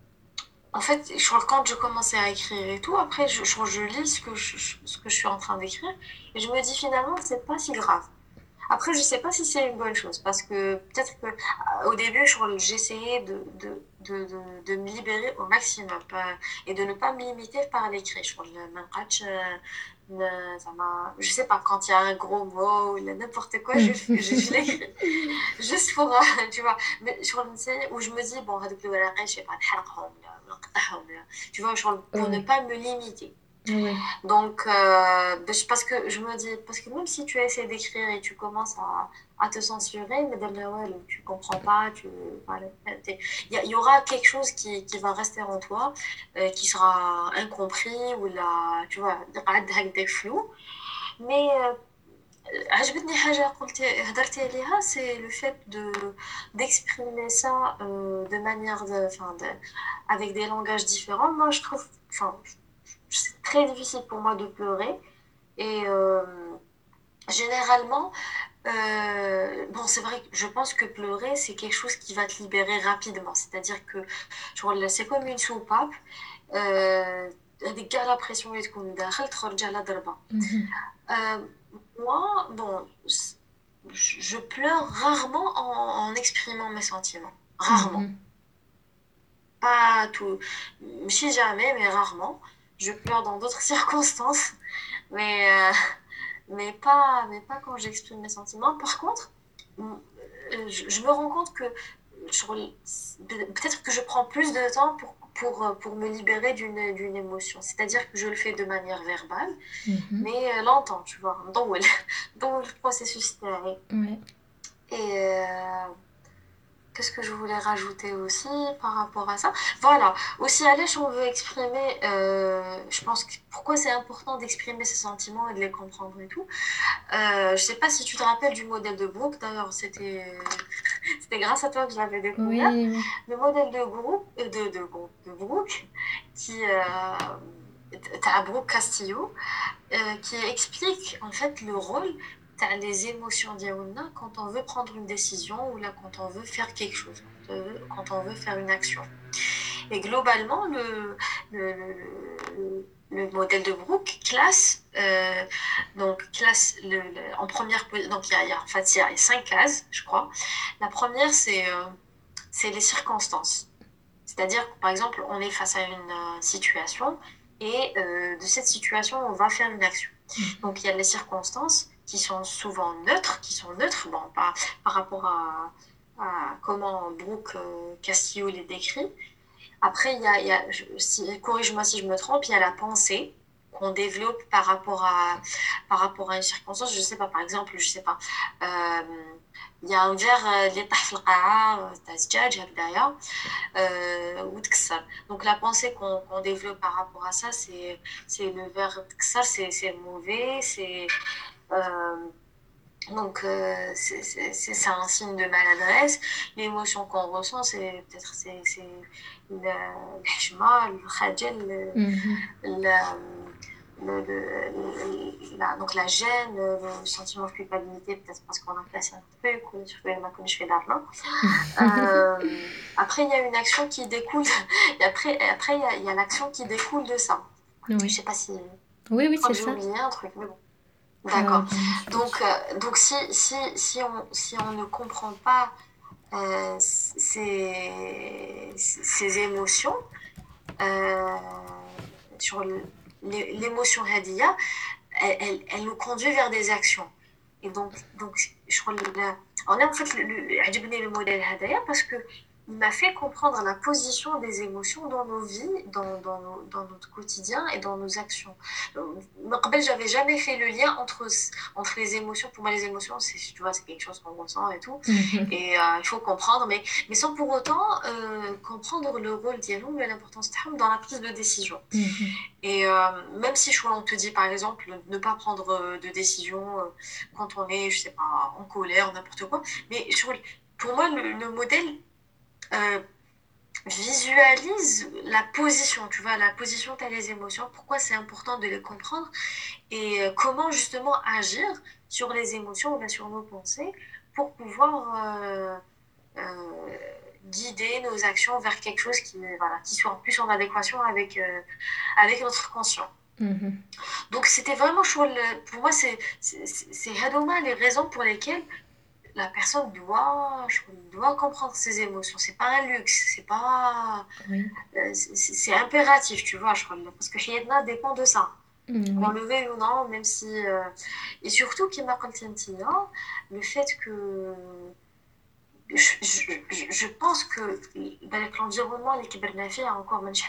en fait, je crois que quand je commençais à écrire et tout, après, je, je, je lis ce que je, ce que je suis en train d'écrire. Et je me dis finalement, c'est pas si grave. Après, je sais pas si c'est une bonne chose parce que peut-être que euh, au début, je- j'essayais de, de, de, de, de me libérer au maximum euh, et de ne pas me limiter par l'écrit. Je crois que le- même quand je, ne- ça m'a- je sais pas, quand il y a un gros mot ou n'importe quoi, je, je, je l'écris juste pour, euh, tu vois. Mais je crois que c'est où je me dis, bon, هذوك الورقات, je sais pas, نحرقهم ولا نقطعهم ولا- tu vois, je crois, pour ne Ouais. pas me limiter. Ouais. Donc, euh, parce que je me dis, parce que même si tu essaies d'écrire et tu commences à, à te censurer, mais dans le ouais, tu comprends pas, tu, voilà, t'es- il y, a- il y aura quelque chose qui, qui va rester en toi, euh, qui sera incompris ou là, tu vois, des flou. Mais euh, عجبتني حاجة قلت هدرتي عليها, c'est le fait de d'exprimer ça euh, de manière de, enfin, de, avec des langages différents. Moi, je trouve, enfin, c'est très difficile pour moi de pleurer. Et euh, généralement, euh, bon, c'est vrai que je pense que pleurer, c'est quelque chose qui va te libérer rapidement. C'est-à-dire que genre, là, c'est comme une soupape. Euh, هذيك كاع لا بريسيون اللي تكون داخل تخرج على ضربة. Mhm. Euh, moi, bon, je pleure rarement en, en exprimant mes sentiments. Rarement. Mhm. Pas tout. Si jamais, mais rarement. Je pleure dans d'autres circonstances. Mais, euh, mais, pas, mais pas quand j'exprime mes sentiments. Par contre, je, je me rends compte que je- peut-être que je prends plus de temps pour, pour, pour me libérer d'une, d'une émotion. C'est-à-dire que je le fais de manière verbale, Mhm. mais euh, longtemps, tu vois. Dans le, dans le processus. Ouais. Et euh, qu'est-ce que je voulais rajouter aussi par rapport à ça? Voilà. Aussi, à l'aise, on veut exprimer, euh, je pense que pourquoi c'est important d'exprimer ses sentiments et de les comprendre et tout. Euh, je sais pas si tu te rappelles du modèle de Brooke, d'ailleurs, c'était, c'était grâce à toi que je l'avais découvert. Oui, oui. Le modèle de groupe, euh, de, de, groupe, de Brooke, qui, euh, t'as Brooke Castillo, euh, qui explique en fait le rôle. t'as les émotions ديالنا quand on veut prendre une décision ou là quand on veut faire quelque chose, quand on veut, quand on veut faire une action. Et globalement, le, le, le, le modèle de Brooke classe, euh, donc classe le, le, en première position, donc il y a, il y a, en fait, il y a cinq cases, je crois. La première, c'est, euh, c'est les circonstances. C'est-à-dire que, par exemple, on est face à une euh, situation et euh, de cette situation, on va faire une action. Donc, il y a les circonstances qui sont souvent neutres, qui sont neutres, bon, par, par rapport à, à comment Brooke euh, Castillo les décrit. Après, il y a, il y a je, si, corrige-moi si je me trompe, il y a la pensée qu'on développe par rapport à, par rapport à une circonstance. Je sais pas, par exemple, je sais pas, euh, il y a un verre اللي طاح في القاعة تاع الزجاج هكذايا وتكسر. Donc la pensée qu'on qu'on développe par rapport à ça, c'est c'est le verre تكسر, c'est c'est mauvais, c'est euh, donc euh, c'est c'est c'est c'est un signe de maladresse. L'émotion qu'on ressent, c'est peut-être c'est c'est le الحشمة, le khajal, le, Mhm. le- le- le- la, donc la gêne, le sentiment de culpabilité, peut-être parce qu'on a placé un truc, ou surtout comme je fais d'argent. Euh, après, il y a une action qui découle, et après, après il y a, il y a l'action qui découle de ça. Je Oui, sais pas si. oui, oui, Je crois c'est que j'ai ça. oublié un truc, mais bon. Euh, D'accord. ben, je pense. Donc, euh, donc si, si, si, on, si on ne comprend pas euh, ces, ces émotions, euh, sur le- l'é- l'émotion hadia, elle, elle, elle nous conduit vers des actions. Et donc, donc je crois que là, on a en fait le, le, عجبني le modèle hadaya parce que il m'a fait comprendre la position des émotions dans nos vies, dans, dans, nos- dans notre quotidien et dans nos actions. Euh, J'avais jamais fait le lien entre, entre les émotions. Pour moi, les émotions, c'est, tu vois, c'est quelque chose qu'on ressent et tout. Mhm. Et euh, il faut comprendre, mais, mais sans pour autant euh, comprendre le rôle d'Yalou et l'importance de dans la prise de décision. Mhm. Et euh, même si je, on te dit, par exemple, ne pas prendre euh, de décision euh, quand on est, je sais pas, en colère, n'importe quoi, mais je, pour moi, le, le modèle euh, visualise la position, tu vois, la position t'as les émotions, pourquoi c'est important de les comprendre et euh, comment justement agir sur les émotions ou bien sur nos pensées pour pouvoir euh, euh, guider nos actions vers quelque chose qui, voilà, qui soit en plus en adéquation avec, euh, avec notre conscient. Mhm. Donc c'était vraiment chaud. Pour moi, c'est c'est c'est Hadoma les raisons pour lesquelles la personne doit, doit comprendre ses émotions. C'est pas un luxe, c'est pas, Oui. euh, c'est c'est impératif, tu vois, je crois, parce que Hiyadna dépend de ça. Mm, Qu'on oui. le veuille ou non, même si. euh, Et surtout, qui m'a le fait que. Je, je, je je pense que ben, l'environnement, l'équipe Bernafi a encore, mais,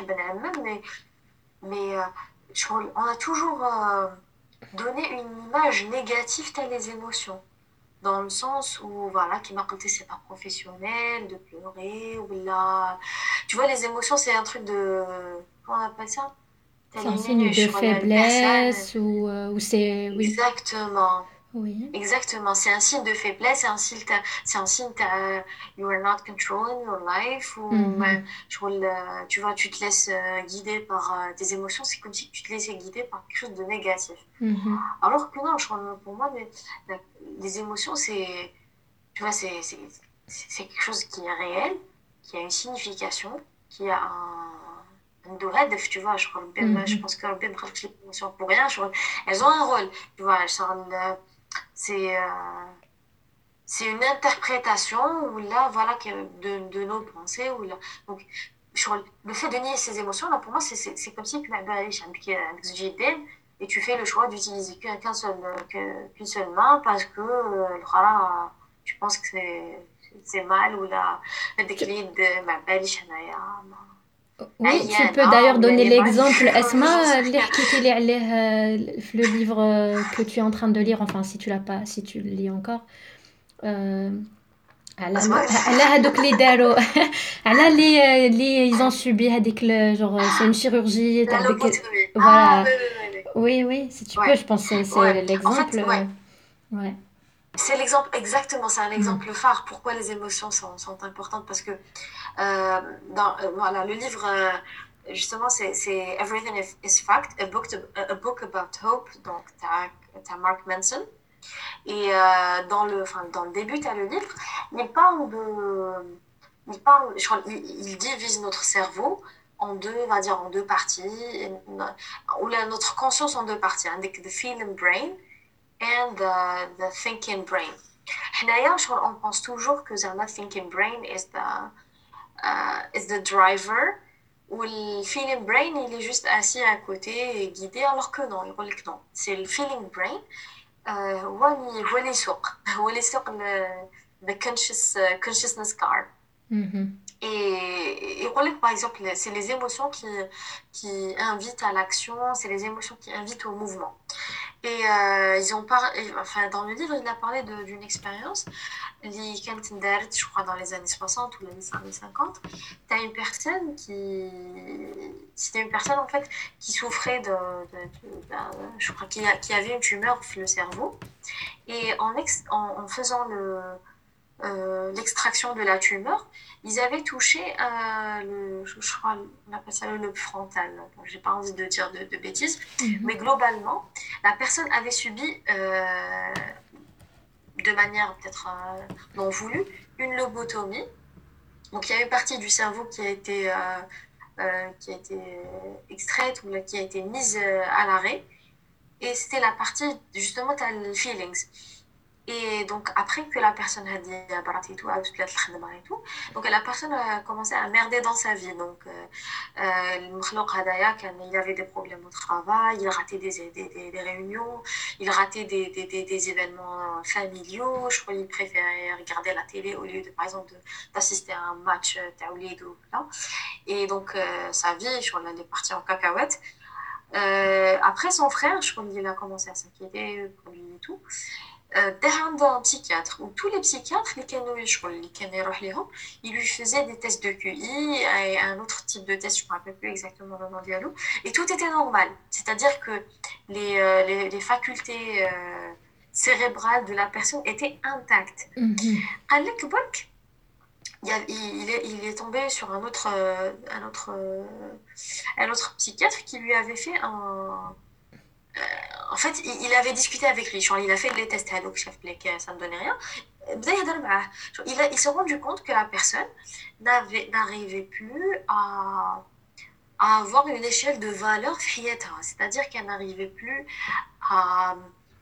mais euh, je crois, on a toujours euh, donné une image négative telle les émotions. Dans le sens où, voilà, qui m'a côté, c'est pas professionnel, de pleurer, ou là. Tu vois, les émotions, c'est un truc de. Comment on appelle ça? T'as C'est un signe l'immunité de sur la personne. faiblesse ou, euh, ou c'est... Oui. Exactement. Oui. Exactement. C'est un signe de faiblesse, c'est un signe, t'as- c'est un signe, t'as- you are not controlling your life, ou, euh, Mhm. je vois le- tu vois, tu te laisses euh, guider par euh, tes émotions, c'est comme si tu te laissais guider par quelque chose de négatif. Mhm. Alors que non, je crois, pour moi, les, les émotions, c'est, tu vois, c'est, c'est, c'est quelque chose qui est réel, qui a une signification, qui a un, un de هدف, tu vois, je crois, bien, je Mhm. pense que bien les émotions pour rien, je crois, elles ont un rôle, tu vois, elles sont, euh, c'est, euh, c'est une interprétation où là, voilà, que- de, de nos pensées, ou là, donc, je crois, le fait de nier ces émotions, là, pour moi, c'est, c'est, c'est comme si tu m'as et tu fais le choix d'utiliser qu'un qu'un seul, que- qu'une seule main parce que euh, voilà, tu penses que c'est, c'est mal ou là, هذيك Tu- اليد ما باليش هنايا ما- Oui, tu peux عيانة d'ailleurs ولا donner اللي l'exemple. بالي j'en Esma, sais اللي rien. حكيتي لي عليه euh, في le livre euh, que tu es en train de lire, enfin si tu l'as pas, si tu le lis encore. euh, على اسمع ال- على هادوك اللي داروا على اللي اللي ils ont subi هذيك le- genre c'est une chirurgie la تاع ديك lobotomie. Ah, voilà. oui, oui, oui, oui. Oui, oui, si tu peux, Ouais, je pense que c'est ouais. c'est En l'exemple. fait, ouais. euh, Ouais. C'est l'exemple, exactement, c'est un Mm. exemple phare. Pourquoi les émotions sont, sont importantes? Parce que euh, dans, euh, voilà, le livre, euh, justement, c'est, c'est Everything is Fact, a book, to- a book about hope. Donc, t'as, t'as Mark Manson. Et euh, dans, le, enfin, dans le début, tu as le livre, il parle de. Il, parle, je crois, il, il divise notre cerveau en deux, on va dire en deux parties, ou la, notre conscience en deux parties, hein, the feeling brain and the, the thinking brain. حنايا شغل on pense toujours que the thinking brain is the, uh, is the driver, ou le feeling brain il est juste assis à côté et guidé, alors que non, il يقول لك non, c'est le feeling brain آه، هو اللي هو اللي يسوق هو اللي يسوق ال- the conscious consciousness car. Mhm. Et, et Rolex, par exemple, c'est les émotions qui, qui invitent à l'action, c'est les émotions qui invitent au mouvement. Et euh, ils ont par... enfin, dans le livre, il a parlé de- d'une expérience, li كانت اندارت, je crois, dans les années soixante ou les années cinquante. Tu as une personne qui. C'était une personne, en fait, qui souffrait de. de, de- d'un- je crois qui, a- qui avait une tumeur au cerveau. Et en, ex... en, en faisant le euh, l'extraction de la tumeur, ils avaient touché euh, le, je crois, on appelle ça le lobe frontal. Bon, j'ai pas envie de dire de, de bêtises, Mhm. mais globalement, la personne avait subi, euh, de manière peut-être euh, non voulue, une lobotomie. Donc il y a une partie du cerveau qui a été, euh, euh, qui a été extraite ou qui a été mise euh, à l'arrêt. Et c'était la partie, justement, tu as le feelings. Et donc, après que la personne a dit et tout, et tout, donc la personne a commencé à merder dans sa vie. Donc, euh, euh, il avait des problèmes au travail, il ratait des, des, des, des réunions, il ratait des, des, des, des événements familiaux. Je crois qu'il préférait regarder la télé au lieu, de, par exemple, de, d'assister à un match taoulido. Et donc, euh, sa vie, je crois, elle est partie en cacahuète. Euh, après, son frère, je crois qu'il a commencé à s'inquiéter pour lui et tout. Euh, derrière un psychiatre, où tous les psychiatres, les canaux, je crois, les canaux, ils lui faisaient des tests de Q I et un autre type de test, je ne me rappelle plus exactement le nom dialogue, et tout était normal. C'est-à-dire que les, euh, les, les facultés euh, cérébrales de la personne étaient intactes. Mhm. À l'époque, il, il, est, il est tombé sur un autre, euh, un, autre, euh, un autre psychiatre qui lui avait fait un. Euh, en fait, il, il avait discuté avec lui. Genre, il a fait les tests donc chef ça ne donnait rien. Il, a, il s'est rendu compte que la personne n'avait, n'arrivait plus à, à avoir une échelle de valeur fiette. C'est-à-dire qu'elle n'arrivait plus à,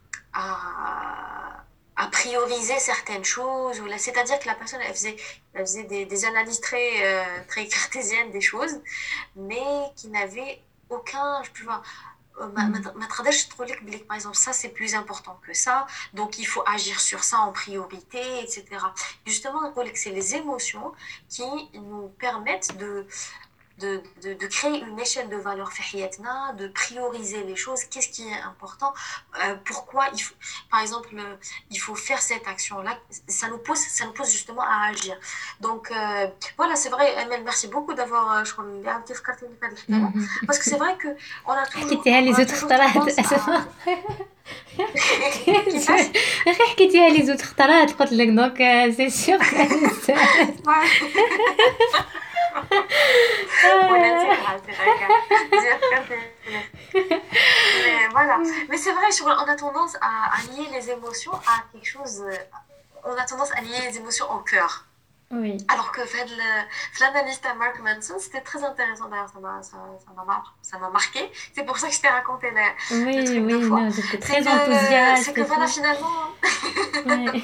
à, à prioriser certaines choses. Ou là, c'est-à-dire que la personne, elle faisait, elle faisait des, des analyses très, euh, très cartésiennes des choses, mais qui n'avaient aucun, je peux voir, ما Mhm. ما تقدرش تقول لك بلي par exemple ça c'est plus important que ça, donc il faut agir sur ça en priorité, et cetera. Justement, c'est les émotions qui nous permettent de de, de, de créer une échelle de valeur فحياتنا, de prioriser les choses, qu'est-ce qui est important, euh, pourquoi il faut, par exemple, euh, il faut faire cette action-là, ça nous pousse, ça nous pousse justement à agir. Donc euh, voilà, c'est vrai, Amel, merci beaucoup d'avoir, je crois, Mhm. parce que c'est vrai que on a toujours, حكيتيها on لي a زوتر toujours خطرات tendance à اسفه كيفاش غير حكيتيها لي زوتر خطرات قلت لك دونك سي سيغ غادي نسال ولا نسيتها سي هكا زيد فكرتيني. Mais voilà. Mais c'est vrai, on a tendance à, à lier les émotions à quelque chose. On a tendance à lier les émotions au cœur. Oui. Alors que fait le, l'analyste à Mark Manson, c'était très intéressant. D'ailleurs, ça m'a, ça, ça m'a, mar- ça m'a marqué. C'est pour ça que je t'ai raconté le, le Oui, truc deux oui, fois. non, j'étais C'est très que, c'est enthousiaste que et voilà, tout. finalement. Ouais.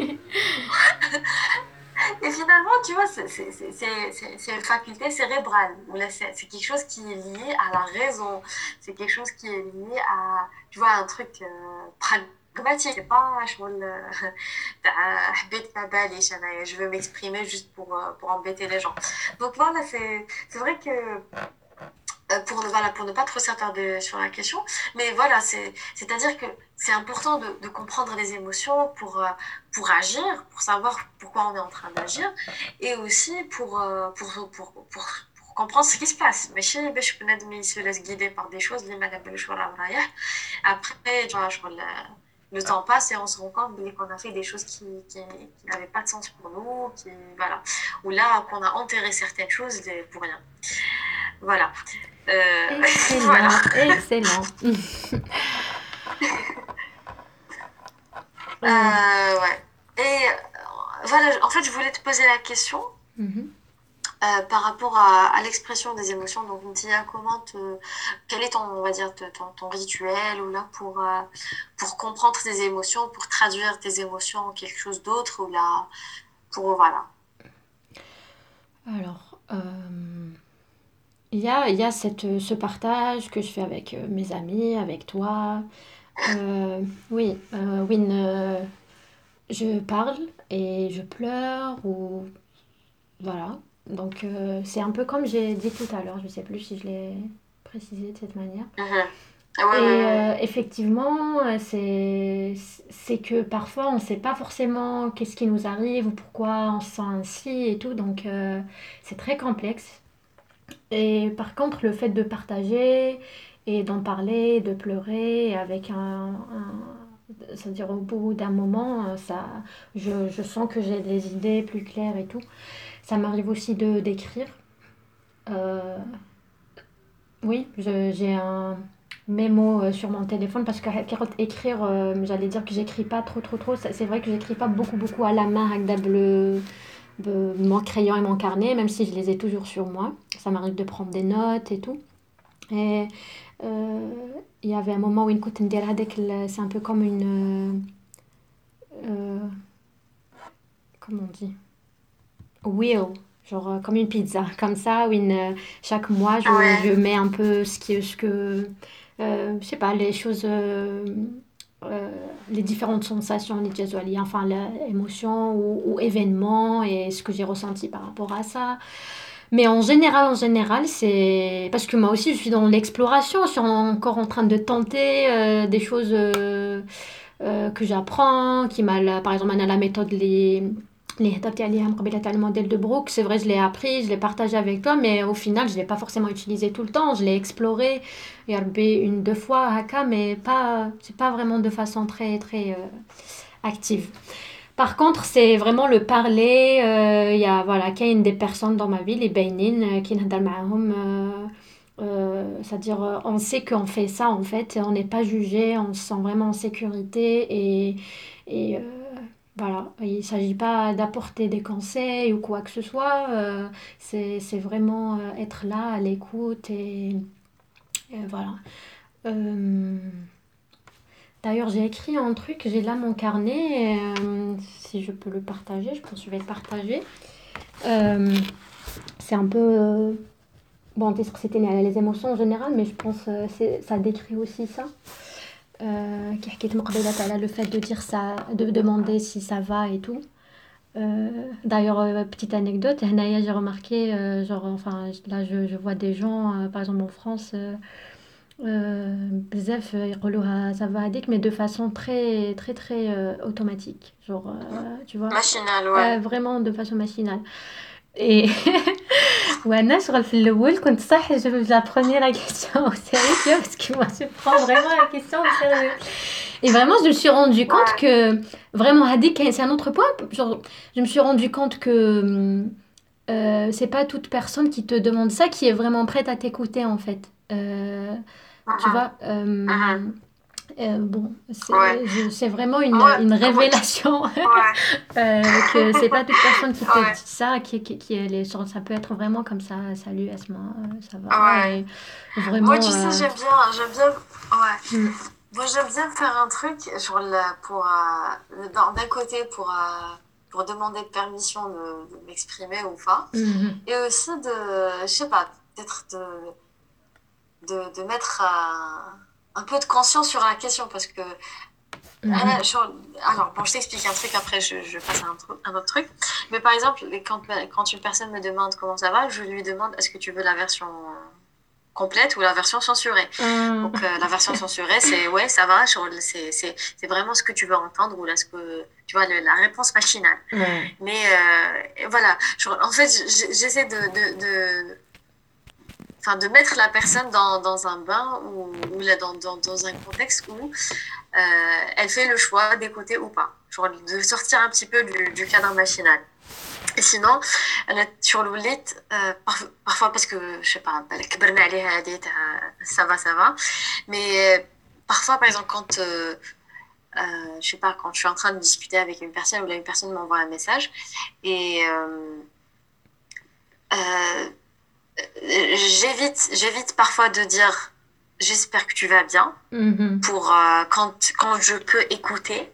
Et finalement, tu vois, c'est, c'est, c'est, c'est, c'est c'est une faculté cérébrale. Là, c'est, c'est quelque chose qui est lié à la raison. C'est quelque chose qui est lié à, tu vois, un truc euh, pragmatique. C'est pas, je vois, le, t'as- حبيت ما باليش أنايا, je veux m'exprimer juste pour, euh, pour embêter les gens. Donc voilà, c'est, c'est vrai que euh, pour, ne, voilà, pour ne pas trop s'attarder sur la question. Mais voilà, c'est, c'est-à-dire que c'est important de, de comprendre les émotions pour, euh, pour agir, pour savoir pourquoi on est en train d'agir, et aussi pour, euh, pour, pour, pour, pour, pour comprendre ce qui se passe. Mais chez les je peux se laisse guider par des choses, les malades de l'choura vraya. Après, tu vois, je vois, le, le temps passe et on se rend compte qu'on a fait des choses qui, qui, qui n'avaient pas de sens pour nous, qui, voilà. Ou là, qu'on a enterré certaines choses pour rien. Voilà. Euh, voilà. Excellent, excellent. Euh, ouais. Et euh, voilà, en fait, je voulais te poser la question mhm. euh, par rapport à, à l'expression des émotions. Donc, Ntia, comment te, quel est ton, on va dire, te- ton, ton rituel ou là pour, euh, pour comprendre tes émotions, pour traduire tes émotions en quelque chose d'autre ou là, pour, voilà. Alors, euh, il y a, il y a cette, ce partage que je fais avec euh, mes amis, avec toi. Euh, oui, euh, oui, ne- je parle et je pleure ou voilà. Donc euh, c'est un peu comme j'ai dit tout à l'heure, je sais plus si je l'ai précisé de cette manière. Mhm. Ah ouais, ouais, Et ouais. euh, effectivement, euh, c'est c'est que parfois on ne sait pas forcément qu'est-ce qui nous arrive ou pourquoi on se sent ainsi et tout, donc euh, c'est très complexe. Et par contre, le fait de partager et d'en parler, de pleurer avec un, un- c'est-à-dire au bout d'un moment, euh, ça, je, je sens que j'ai des idées plus claires et tout. Ça m'arrive aussi de d'écrire. Euh, oui, je- j'ai un mémo euh, sur mon téléphone parce que quand écrire, euh, j'allais dire que j'écris pas trop trop trop. C'est c'est vrai que j'écris pas beaucoup beaucoup à la main avec le, le- mon crayon et mon carnet, même si je les ai toujours sur moi. Ça m'arrive de prendre des notes et tout. Et euh, il y avait un moment où une كنت ندير هذاك ال- c'est un peu comme une euh, comment on dit wheel, genre euh, comme une pizza, comme ça, où une, euh, chaque mois je, je Ouais. mets un peu ce qui, ce que, euh, je sais pas, les choses, euh, euh, les différentes sensations, les jazwali, enfin l'émotion ou, ou événement et ce que j'ai ressenti par rapport à ça. Mais en général, en général, c'est parce que moi aussi je suis dans l'exploration, je suis encore en train de tenter euh, des choses euh, euh, que j'apprends, qui m'a, par exemple, la méthode les اللي هضرتي عليها مقبله تاع الموديل de Brooke, c'est vrai, je l'ai appris, je l'ai partagé avec toi, mais au final, je l'ai pas forcément utilisé tout le temps. Je l'ai exploré, et une, deux fois, haka, mais pas, c'est pas vraiment de façon très, très euh, active. Par contre, c'est vraiment le parler. euh, Il y a, voilà, qu'il y a une des personnes dans ma vie, les Beinin, euh, qui نهضر معاهم, euh, euh, c'est-à-dire, euh, on sait qu'on fait ça en fait, et on n'est pas jugé, on se sent vraiment en sécurité et, et euh, voilà, il ne s'agit pas d'apporter des conseils ou quoi que ce soit, euh, c'est, c'est vraiment euh, être là à l'écoute et, et voilà. Euh, D'ailleurs, j'ai écrit un truc, j'ai là mon carnet, euh, si je peux le partager, je pense que je vais le partager. Euh, c'est un peu... euh, bon, peut-être que c'était les émotions en général, mais je pense que c'est, ça décrit aussi ça. Euh, qui حكيت مقبلة على le fait de dire ça, de demander si ça va et tout. Euh, D'ailleurs, euh, petite anecdote, هنايا, j'ai remarqué, euh, genre, enfin, là, je, je vois des gens, euh, par exemple en France, euh, euh, بزاف يقولوها ça va هذيك, mais de façon très, très, très euh, automatique. Genre, euh, tu vois, Machinal, ouais. euh, vraiment de façon machinale. Et وانا شغل في الاول كنت صح je la prenais la question au sérieux, tu vois, parce que moi je prends vraiment la question au sérieux. Et vraiment je me suis rendu compte Ouais. que vraiment Hadik, c'est un autre point, genre je me suis rendu compte que euh, c'est pas toute personne qui te demande ça qui est vraiment prête à t'écouter en fait. Euh, tu Mhm. vois, euh, Mhm. euh, bon, Ouais. c'est je- c'est vraiment une, Moi, une moi, tu- révélation. ouais. Euh, que c'est pas toute personne qui te Ouais. dit ça, qui, qui, qui elle est, genre, ça peut être vraiment comme ça, salut Asma, euh, ça va, Ouais. et Moi, vraiment, tu sais, euh, j'aime bien, j'aime bien, ouais. hmm, Moi, j'aime bien faire un truc, genre là, pour, euh, d'un d'un côté, pour, euh, pour demander permission de, de m'exprimer ou pas, mhm, et aussi de, je sais pas, peut-être de, de, de mettre un, un peu de conscience sur la question, parce que, mhm, ah, je- alors, bon, je t'explique un truc, après, je, je passe à un, tru- un autre truc, mais par exemple, quand, quand une personne me demande comment ça va, je lui demande, est-ce que tu veux la version complète ou la version censurée. ah, Donc euh, la version censurée, c'est ouais, ça va, c'est, c'est, c'est vraiment ce que tu veux entendre ou là ce que tu vois le- la réponse machinale. ouais, Mais euh, voilà, je- en fait, j- j'essaie de, de, de, enfin, de mettre la personne dans, dans un bain ou, ou là, dans, dans, dans un contexte où euh, elle fait le choix d'écouter ou pas. Genre de sortir un petit peu du, du cadre machinal. Et sinon, أنا sur le lit, euh, parf- parfois parce que, je sais pas, كبرنا عليها هذه تاع ça va, ça va. Mais euh, parfois, par exemple, quand, euh, euh, je sais pas, quand je suis en train de discuter avec une personne ou là une personne m'envoie un message et euh, euh, j'évite, j'évite parfois de dire j'espère que tu vas bien Mhm. pour euh, quand, quand je peux écouter.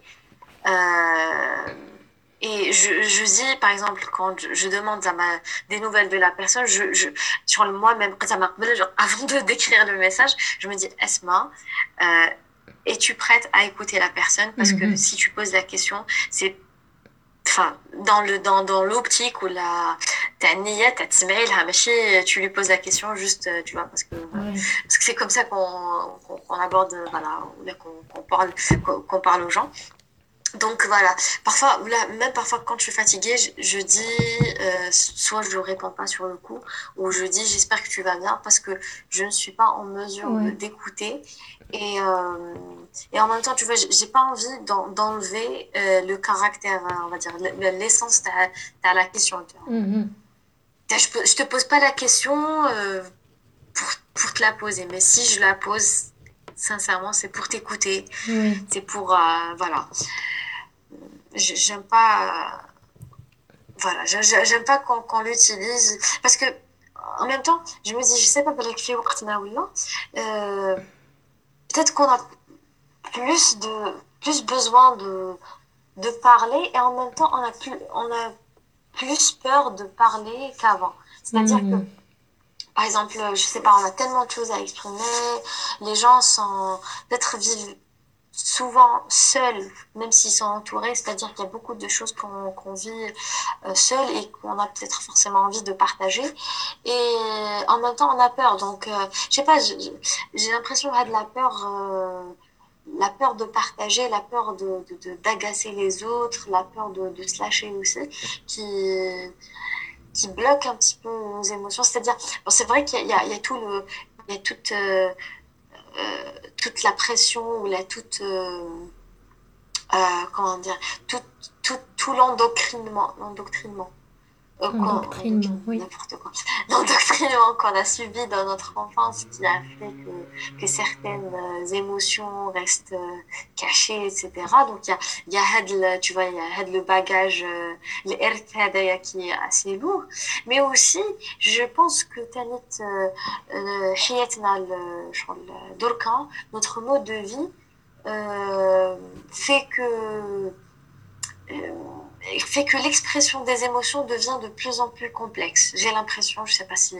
Euh, et je, je dis, par exemple, quand je, je demande à ma, des nouvelles de la personne, je, je, sur le moi-même, ça m'a- genre, avant de d'écrire le message, je me dis, Esma, euh, es-tu prête à écouter la personne? Parce que Mhm. si tu poses la question, c'est enfin dans le dans dans l'optique où la t'as niyyat t'as تسمعي ماشي tu lui poses la question juste tu vois parce que Ouais. parce que c'est comme ça qu'on qu'on, qu'on aborde voilà ou là qu'on qu'on parle qu'on, qu'on parle aux gens. Donc voilà, parfois, là, même parfois quand je suis fatiguée, je, je dis, euh, soit je ne réponds pas sur le coup, ou je dis j'espère que tu vas bien parce que je ne suis pas en mesure de Ouais. d'écouter. Et, euh, et en même temps, tu vois, j'ai j'ai pas envie d'en- d'enlever euh, le caractère, euh, on va dire, le- le- l'essence de de la question. Tu vois. Mhm. Je, peux- je te pose pas la question euh, pour, pour te la poser, mais si je la pose, sincèrement, c'est pour t'écouter, Oui. c'est pour, euh, voilà. J- J'aime pas. euh, Voilà, je- je- j'aime pas qu'on qu'on l'utilise parce que en même temps, je me dis, je sais pas, peut-être في وقتنا ولا, euh, peut-être qu'on a plus de plus besoin de de parler et en même temps on a plus on a plus peur de parler qu'avant. C'est-à-dire que Mhm. par exemple, je sais pas, on a tellement de choses à exprimer, les gens sont peut-être vivent souvent seuls, même s'ils sont entourés, c'est-à-dire qu'il y a beaucoup de choses qu'on qu'on vit euh, seul et qu'on a peut-être forcément envie de partager. Et en même temps, on a peur. Donc, euh, je sais pas, je- je- j'ai l'impression qu'il y a de la peur, euh, la peur de partager, la peur de, de, de- d'agacer les autres, la peur de, de se lâcher aussi, qui, qui bloque un petit peu nos émotions. C'est-à-dire, bon, c'est vrai qu'il y a, il y a, il y a tout le, il y a toute, euh, euh, toute la pression ou la toute, euh, euh, comment dire, tout, tout, tout l'endoctrinement, l'endoctrinement euh, qu'on, Endoctrinement, oui. n'importe quoi, l'endoctrinement qu'on a subi dans notre enfance qui a fait que, que certaines euh, émotions restent euh, cachées, et cetera. Donc il y a, il y a had le, tu vois, il y a had le bagage, euh, l'irth hadaya qui est assez lourd. Mais aussi, je pense que Tanit, euh, euh, حياتنا ال- شغل دركا, notre mode de vie euh, fait que euh, fait que l'expression des émotions devient de plus en plus complexe. J'ai l'impression, je sais pas si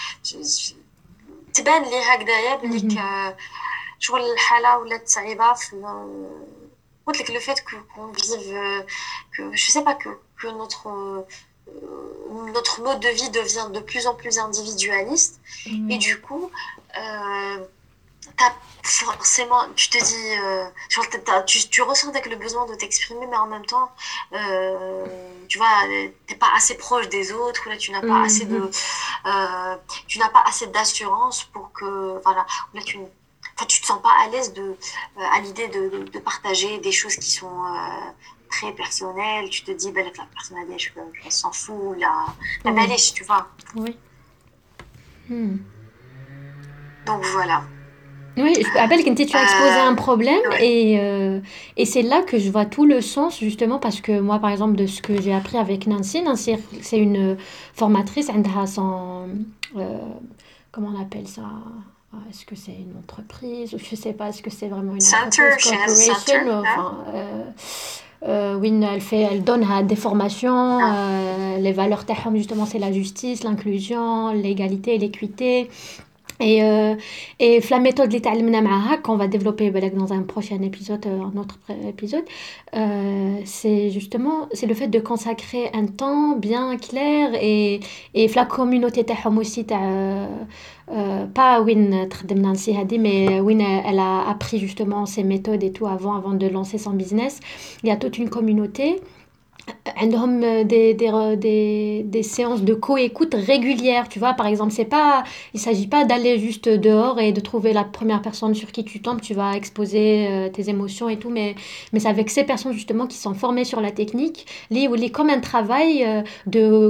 تبان لي هكذايا بلي ك Mhm. شغل الحالة ولات صعيبة في قلت لك le fait que qu'on vive euh, que je sais pas que que notre euh, notre mode de vie devient de plus en plus individualiste et Oui. du coup euh, t'as forcément, tu te dis, euh, genre, t'as- t'as- tu, tu ressens avec le besoin de t'exprimer, mais en même temps, euh, tu vois, t'es pas assez proche des autres, ou là, tu n'as pas assez de, Mhm. euh, tu n'as pas assez d'assurance pour que, voilà, ou là, tu, enfin, tu te sens pas à l'aise de, euh, à l'idée de, de, de partager des choses qui sont euh, très personnelles. Tu te dis, ben, la personne, elle, je, je s'en fout, là, la Oui. balèche, tu vois. Oui. Hmm. Donc voilà. Oui, je me rappelle quand tu as exposé un Euh, problème ouais. et, euh, et c'est là que je vois tout le sens justement parce que moi par exemple de ce que j'ai appris avec Nancy, Nancy c'est une formatrice, elle a son, euh, comment on appelle ça? Ah, est-ce que c'est une entreprise ou je sais pas, est-ce que c'est vraiment une entreprise, Center, she has a corporation, center, là. enfin, euh, euh, oui, elle fait, elle donne à des formations, Ah. euh, les valeurs تاعهم justement c'est la justice, l'inclusion, l'égalité, l'équité. Et, euh, et la méthode اللي تعلمنا معاها qu'on va développer بالك dans un prochain épisode, euh, un autre pré- épisode, euh, c'est justement c'est le fait de consacrer un temps bien clair et et في la communauté تاعهم aussi تاع euh, pas وين تخدم نانسي هادي mais وين elle a appris justement ces méthodes et tout avant avant de lancer son business. Il y a toute une communauté عندهم des, des, des, des séances de co-écoute régulières, tu vois, par exemple, c'est pas, il s'agit pas d'aller juste dehors et de trouver la première personne sur qui tu tombes, tu vas exposer euh, tes émotions et tout, mais, mais c'est avec ces personnes justement qui sont formées sur la technique, les, les, comme un travail euh, de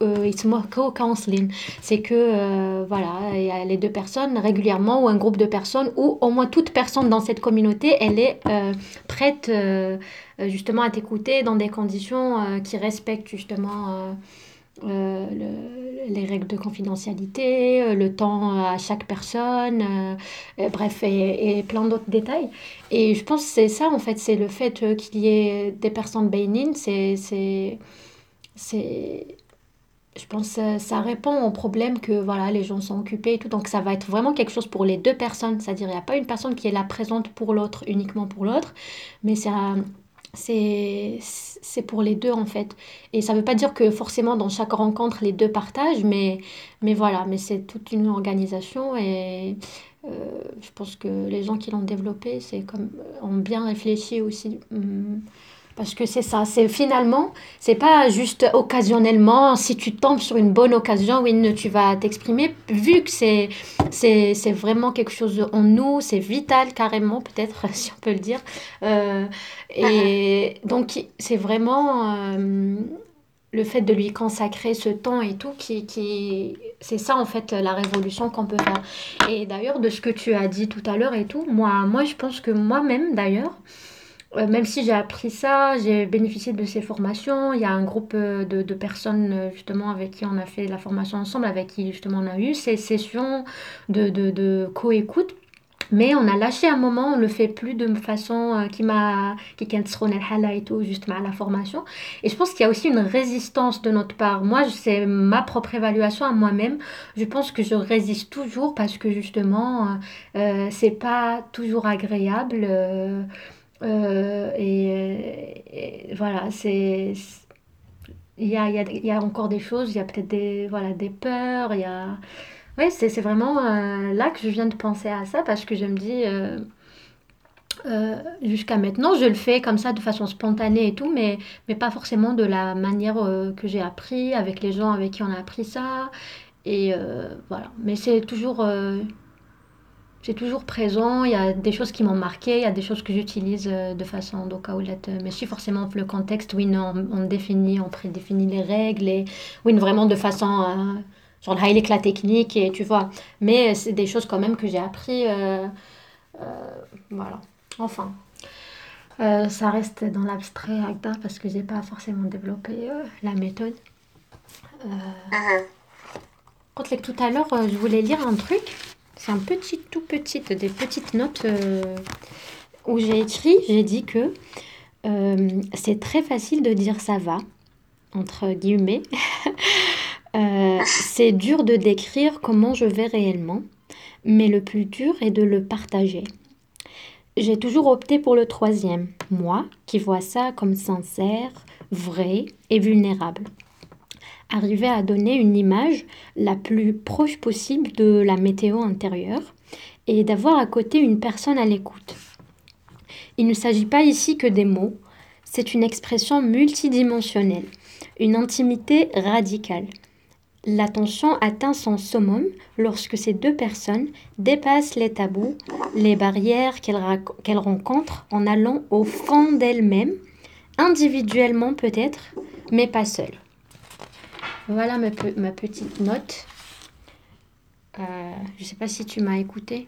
euh, يسموه co-counseling. C'est que euh, voilà, il y a les deux personnes régulièrement ou un groupe de personnes ou au moins toute personne dans cette communauté, elle est euh, prête euh, justement à t'écouter dans des conditions euh, qui respectent justement euh, euh, le- les règles de confidentialité, euh, le temps à chaque personne, euh, euh, bref, et, et plein d'autres détails. Et je pense que c'est ça, en fait, c'est le fait euh, qu'il y ait des personnes bénines, c'est, c'est, c'est, je pense que ça répond au problème que voilà, les gens sont occupés et tout. Donc ça va être vraiment quelque chose pour les deux personnes, c'est-à-dire il n'y a pas une personne qui est là présente pour l'autre, uniquement pour l'autre, mais c'est un- c'est c'est pour les deux en fait. Et ça ne veut pas dire que forcément dans chaque rencontre les deux partagent, mais, mais voilà, mais c'est toute une organisation et euh, je pense que les gens qui l'ont développé c'est comme, ont bien réfléchi aussi. hum, Parce que c'est ça, c'est finalement, c'est pas juste occasionnellement, si tu tombes sur une bonne occasion, oui, tu vas t'exprimer, vu que c'est, c'est, c'est vraiment quelque chose en nous, c'est vital carrément, peut-être, si on peut le dire. Euh, Mhm. et donc, c'est vraiment euh, le fait de lui consacrer ce temps et tout, qui, qui, c'est ça en fait la révolution qu'on peut faire. Et d'ailleurs, de ce que tu as dit tout à l'heure et tout, moi, moi je pense que moi-même d'ailleurs, euh, même si j'ai appris ça, j'ai bénéficié de ces formations. Il y a un groupe euh, de, de personnes euh, justement avec qui on a fait la formation ensemble, avec qui justement on a eu ces sessions de, de, de co-écoute. Mais on a lâché un moment, on le fait plus de façon euh, qui m'a qui كانت تسخن الحالة et tout, juste à la formation. Et je pense qu'il y a aussi une résistance de notre part. Moi, je- c'est ma propre évaluation à moi-même. Je pense que je résiste toujours parce que justement, euh, euh, c'est pas toujours agréable. euh, euh, et, et voilà, c'est, il y a, il y a, il y a encore des choses, il y a peut-être des, voilà, des peurs, il y a... Ouais, c'est, c'est vraiment euh, là que je viens de penser à ça parce que je me dis, euh, euh, jusqu'à maintenant, je le fais comme ça de façon spontanée et tout, mais, mais pas forcément de la manière euh, que j'ai appris, avec les gens avec qui on a appris ça. Et euh, voilà, mais c'est toujours, euh, c'est toujours présent, il y a des choses qui m'ont marqué, il y a des choses que j'utilise euh, de façon donc à oulette, euh, mais si forcément le contexte, oui, non, on définit, on prédéfinit les règles, et oui, vraiment de façon, euh, genre le highlight la technique, et tu vois, mais c'est des choses quand même que j'ai appris, euh, euh, voilà, enfin, euh, ça reste dans l'abstrait, Agda, parce que j'ai pas forcément développé euh, la méthode. Euh, Mhm. Contre les- tout à l'heure, euh, je voulais lire un truc, c'est un petit, tout petit, des petites notes euh, où j'ai écrit, j'ai dit que euh, c'est très facile de dire ça va, entre guillemets. Euh, c'est dur de décrire comment je vais réellement, mais le plus dur est de le partager. J'ai toujours opté pour le troisième, moi, qui vois ça comme sincère, vrai et vulnérable. Arriver à donner une image la plus proche possible de la météo intérieure et d'avoir à côté une personne à l'écoute. Il ne s'agit pas ici que des mots, c'est une expression multidimensionnelle, une intimité radicale. L'attention atteint son summum lorsque ces deux personnes dépassent les tabous, les barrières qu'elles, rac- qu'elles rencontrent en allant au fond d'elles-mêmes, individuellement peut-être, mais pas seules. Voilà ma, pe- ma petite note. Euh, je ne sais pas si tu m'as écouté.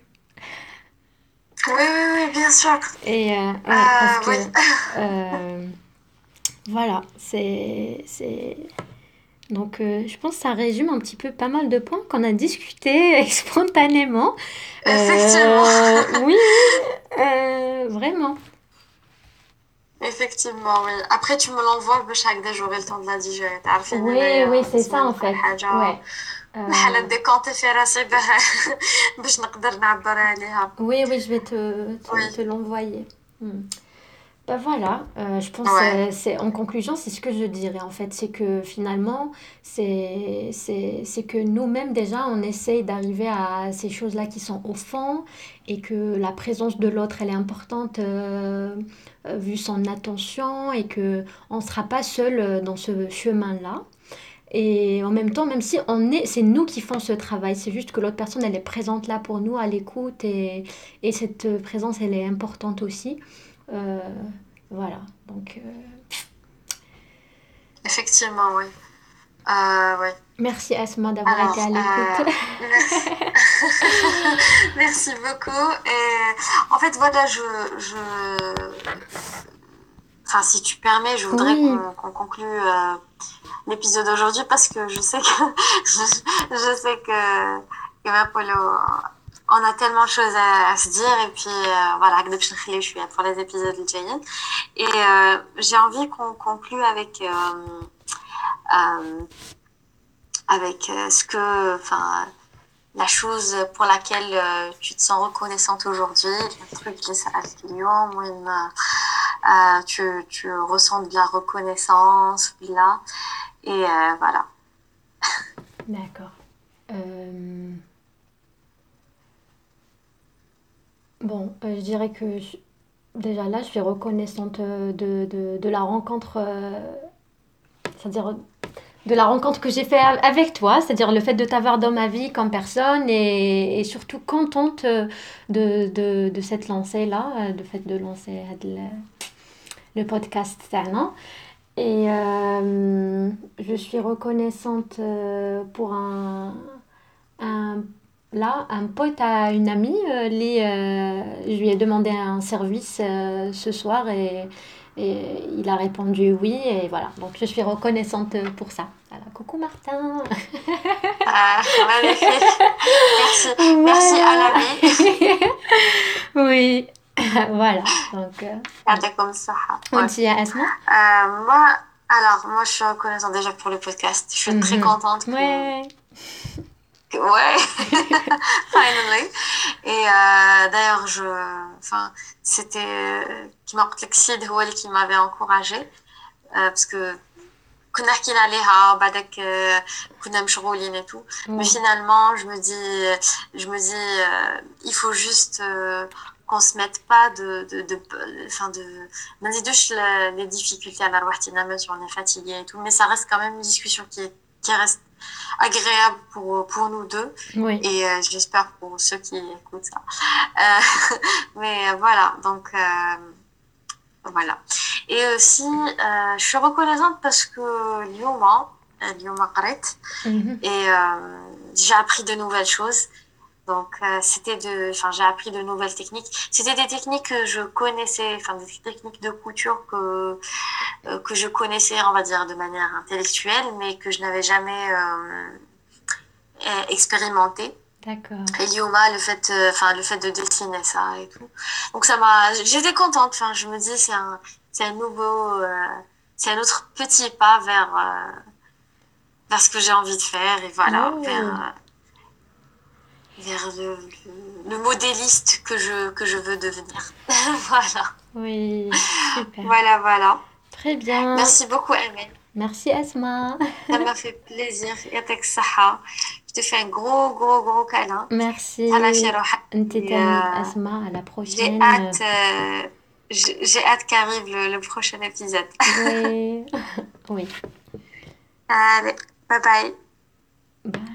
Oui, oui, oui, bien sûr. Et euh, ouais, parce Euh, que oui. euh, voilà, c'est, c'est... Donc euh, je pense que ça résume un petit peu pas mal de points qu'on a discuté spontanément. Effectivement. Euh, oui, oui, euh, vraiment. Effectivement, oui. Après, tu me l'envoies باش هكذا j'aurai le temps de la digérer. تعرفين Oui, oui, انايا c'est ça لازم en نلقى fait. حاجة Ouais. Euh, نحل ديكونتي في راسي باه باش نقدر نعبر عليها. oui, oui, je vais te, te, Oui, te l'envoyer. Hmm. Ben voilà, euh, je pense ouais. euh, c'est en conclusion, c'est ce que je dirais en fait, c'est que finalement, c'est c'est c'est que nous-mêmes déjà, on essaye d'arriver à ces choses-là qui sont au fond et que la présence de l'autre, elle est importante euh, euh, vu son attention et que on sera pas seul euh, dans ce chemin-là. Et en même temps, même si on est, c'est nous qui faisons ce travail, c'est juste que l'autre personne, elle est présente là pour nous, à l'écoute, et, et cette présence, elle est importante aussi. Euh, voilà, donc euh, Effectivement, oui. Euh, ouais. Merci Asma d'avoir été Alors, à l'écoute. euh, merci. Merci beaucoup. Et en fait, voilà, je, je, enfin, si tu permets, je voudrais Oui, qu'on qu'on conclue euh, l'épisode d'aujourd'hui parce que je sais que je, je sais que, que ma Polo, on a tellement de choses à, à se dire et puis euh, voilà, que je suis pour les épisodes de Jayen. Et euh, j'ai envie qu'on conclue avec euh, euh, avec euh, ce que, enfin, la chose pour laquelle euh, tu te sens reconnaissante aujourd'hui, le truc qui est اليوم وين euh, tu, tu ressens de la reconnaissance là et euh, voilà. d'accord. Euh, Bon, euh, je dirais que je- déjà là, je suis reconnaissante euh, de, de, de la rencontre, euh, c'est-à-dire de la rencontre que j'ai fait a- avec toi, c'est-à-dire le fait de t'avoir dans ma vie comme personne et, et surtout contente euh, de, de, de cette lancée-là, euh, de fait de lancer euh, le, le podcast تاعنا. Et euh, je suis reconnaissante euh, pour un, un, là, un pote à une amie. euh, les, euh, je lui ai demandé un service euh, ce soir et, et il a répondu oui. Et voilà, donc je suis reconnaissante pour ça. Voilà, coucou Martin. Ah, magnifique. Merci, merci à Voilà. l'ami. Oui, voilà. Donc, euh, bon. يعطيكم الصحة. On Ouais. dit à Asma. Euh, moi, alors, moi, je suis reconnaissante déjà pour le podcast. Je suis très Mhm. contente que, Ouais. que- ouais, finally. Et euh, d'ailleurs, je, enfin, c'était qui m'a qui m'avait encouragée euh, parce que كنا حكينا عليها وبعدك آه، كنا مشغولين et tout. Mais Ouais. finalement, je me dis, je me dis, euh, il faut juste euh, qu'on se mette pas de, de, de, enfin de, ما نزيدوش la- les difficultés à la روحتنا même si on est fatigué et tout. Mais ça reste quand même une discussion qui est, qui reste agréable pour, pour nous deux. Oui. Et euh, j'espère pour ceux qui écoutent ça. Euh, mais euh, voilà, donc euh, voilà. Et aussi, euh, je suis reconnaissante parce que Lyoma, euh, Lyoma قريت, Mhm. et euh, j'ai appris de nouvelles choses. Donc, euh, c'était de, enfin, j'ai appris de nouvelles techniques. C'était des techniques que je connaissais, enfin, des techniques de couture que, euh, que je connaissais, on va dire, de manière intellectuelle, mais que je n'avais jamais euh, euh, expérimenté. D'accord. Et Lyoma, le fait, euh, enfin, le fait de dessiner ça et tout. Donc ça m'a, j'étais contente. Enfin, je me dis, c'est un, c'est un nouveau, euh, c'est un autre petit pas vers, euh, vers ce que j'ai envie de faire et voilà, vers, Oh. euh, vers le, le, le modéliste que je, que je veux devenir. Voilà. Oui, super. Voilà, voilà. Très bien. Merci beaucoup, Amen. Merci Asma. Ça m'a fait plaisir. Yatek Saha. Je te fais un gros, gros, gros câlin. Tala fi Merci. rohak. انت Et, تاني euh, Asma, à la j'ai prochaine. hâte, euh, j'ai j'ai hâte qu'arrive le, le prochain épisode. Oui. Oui. Allez, bye bye. Bye.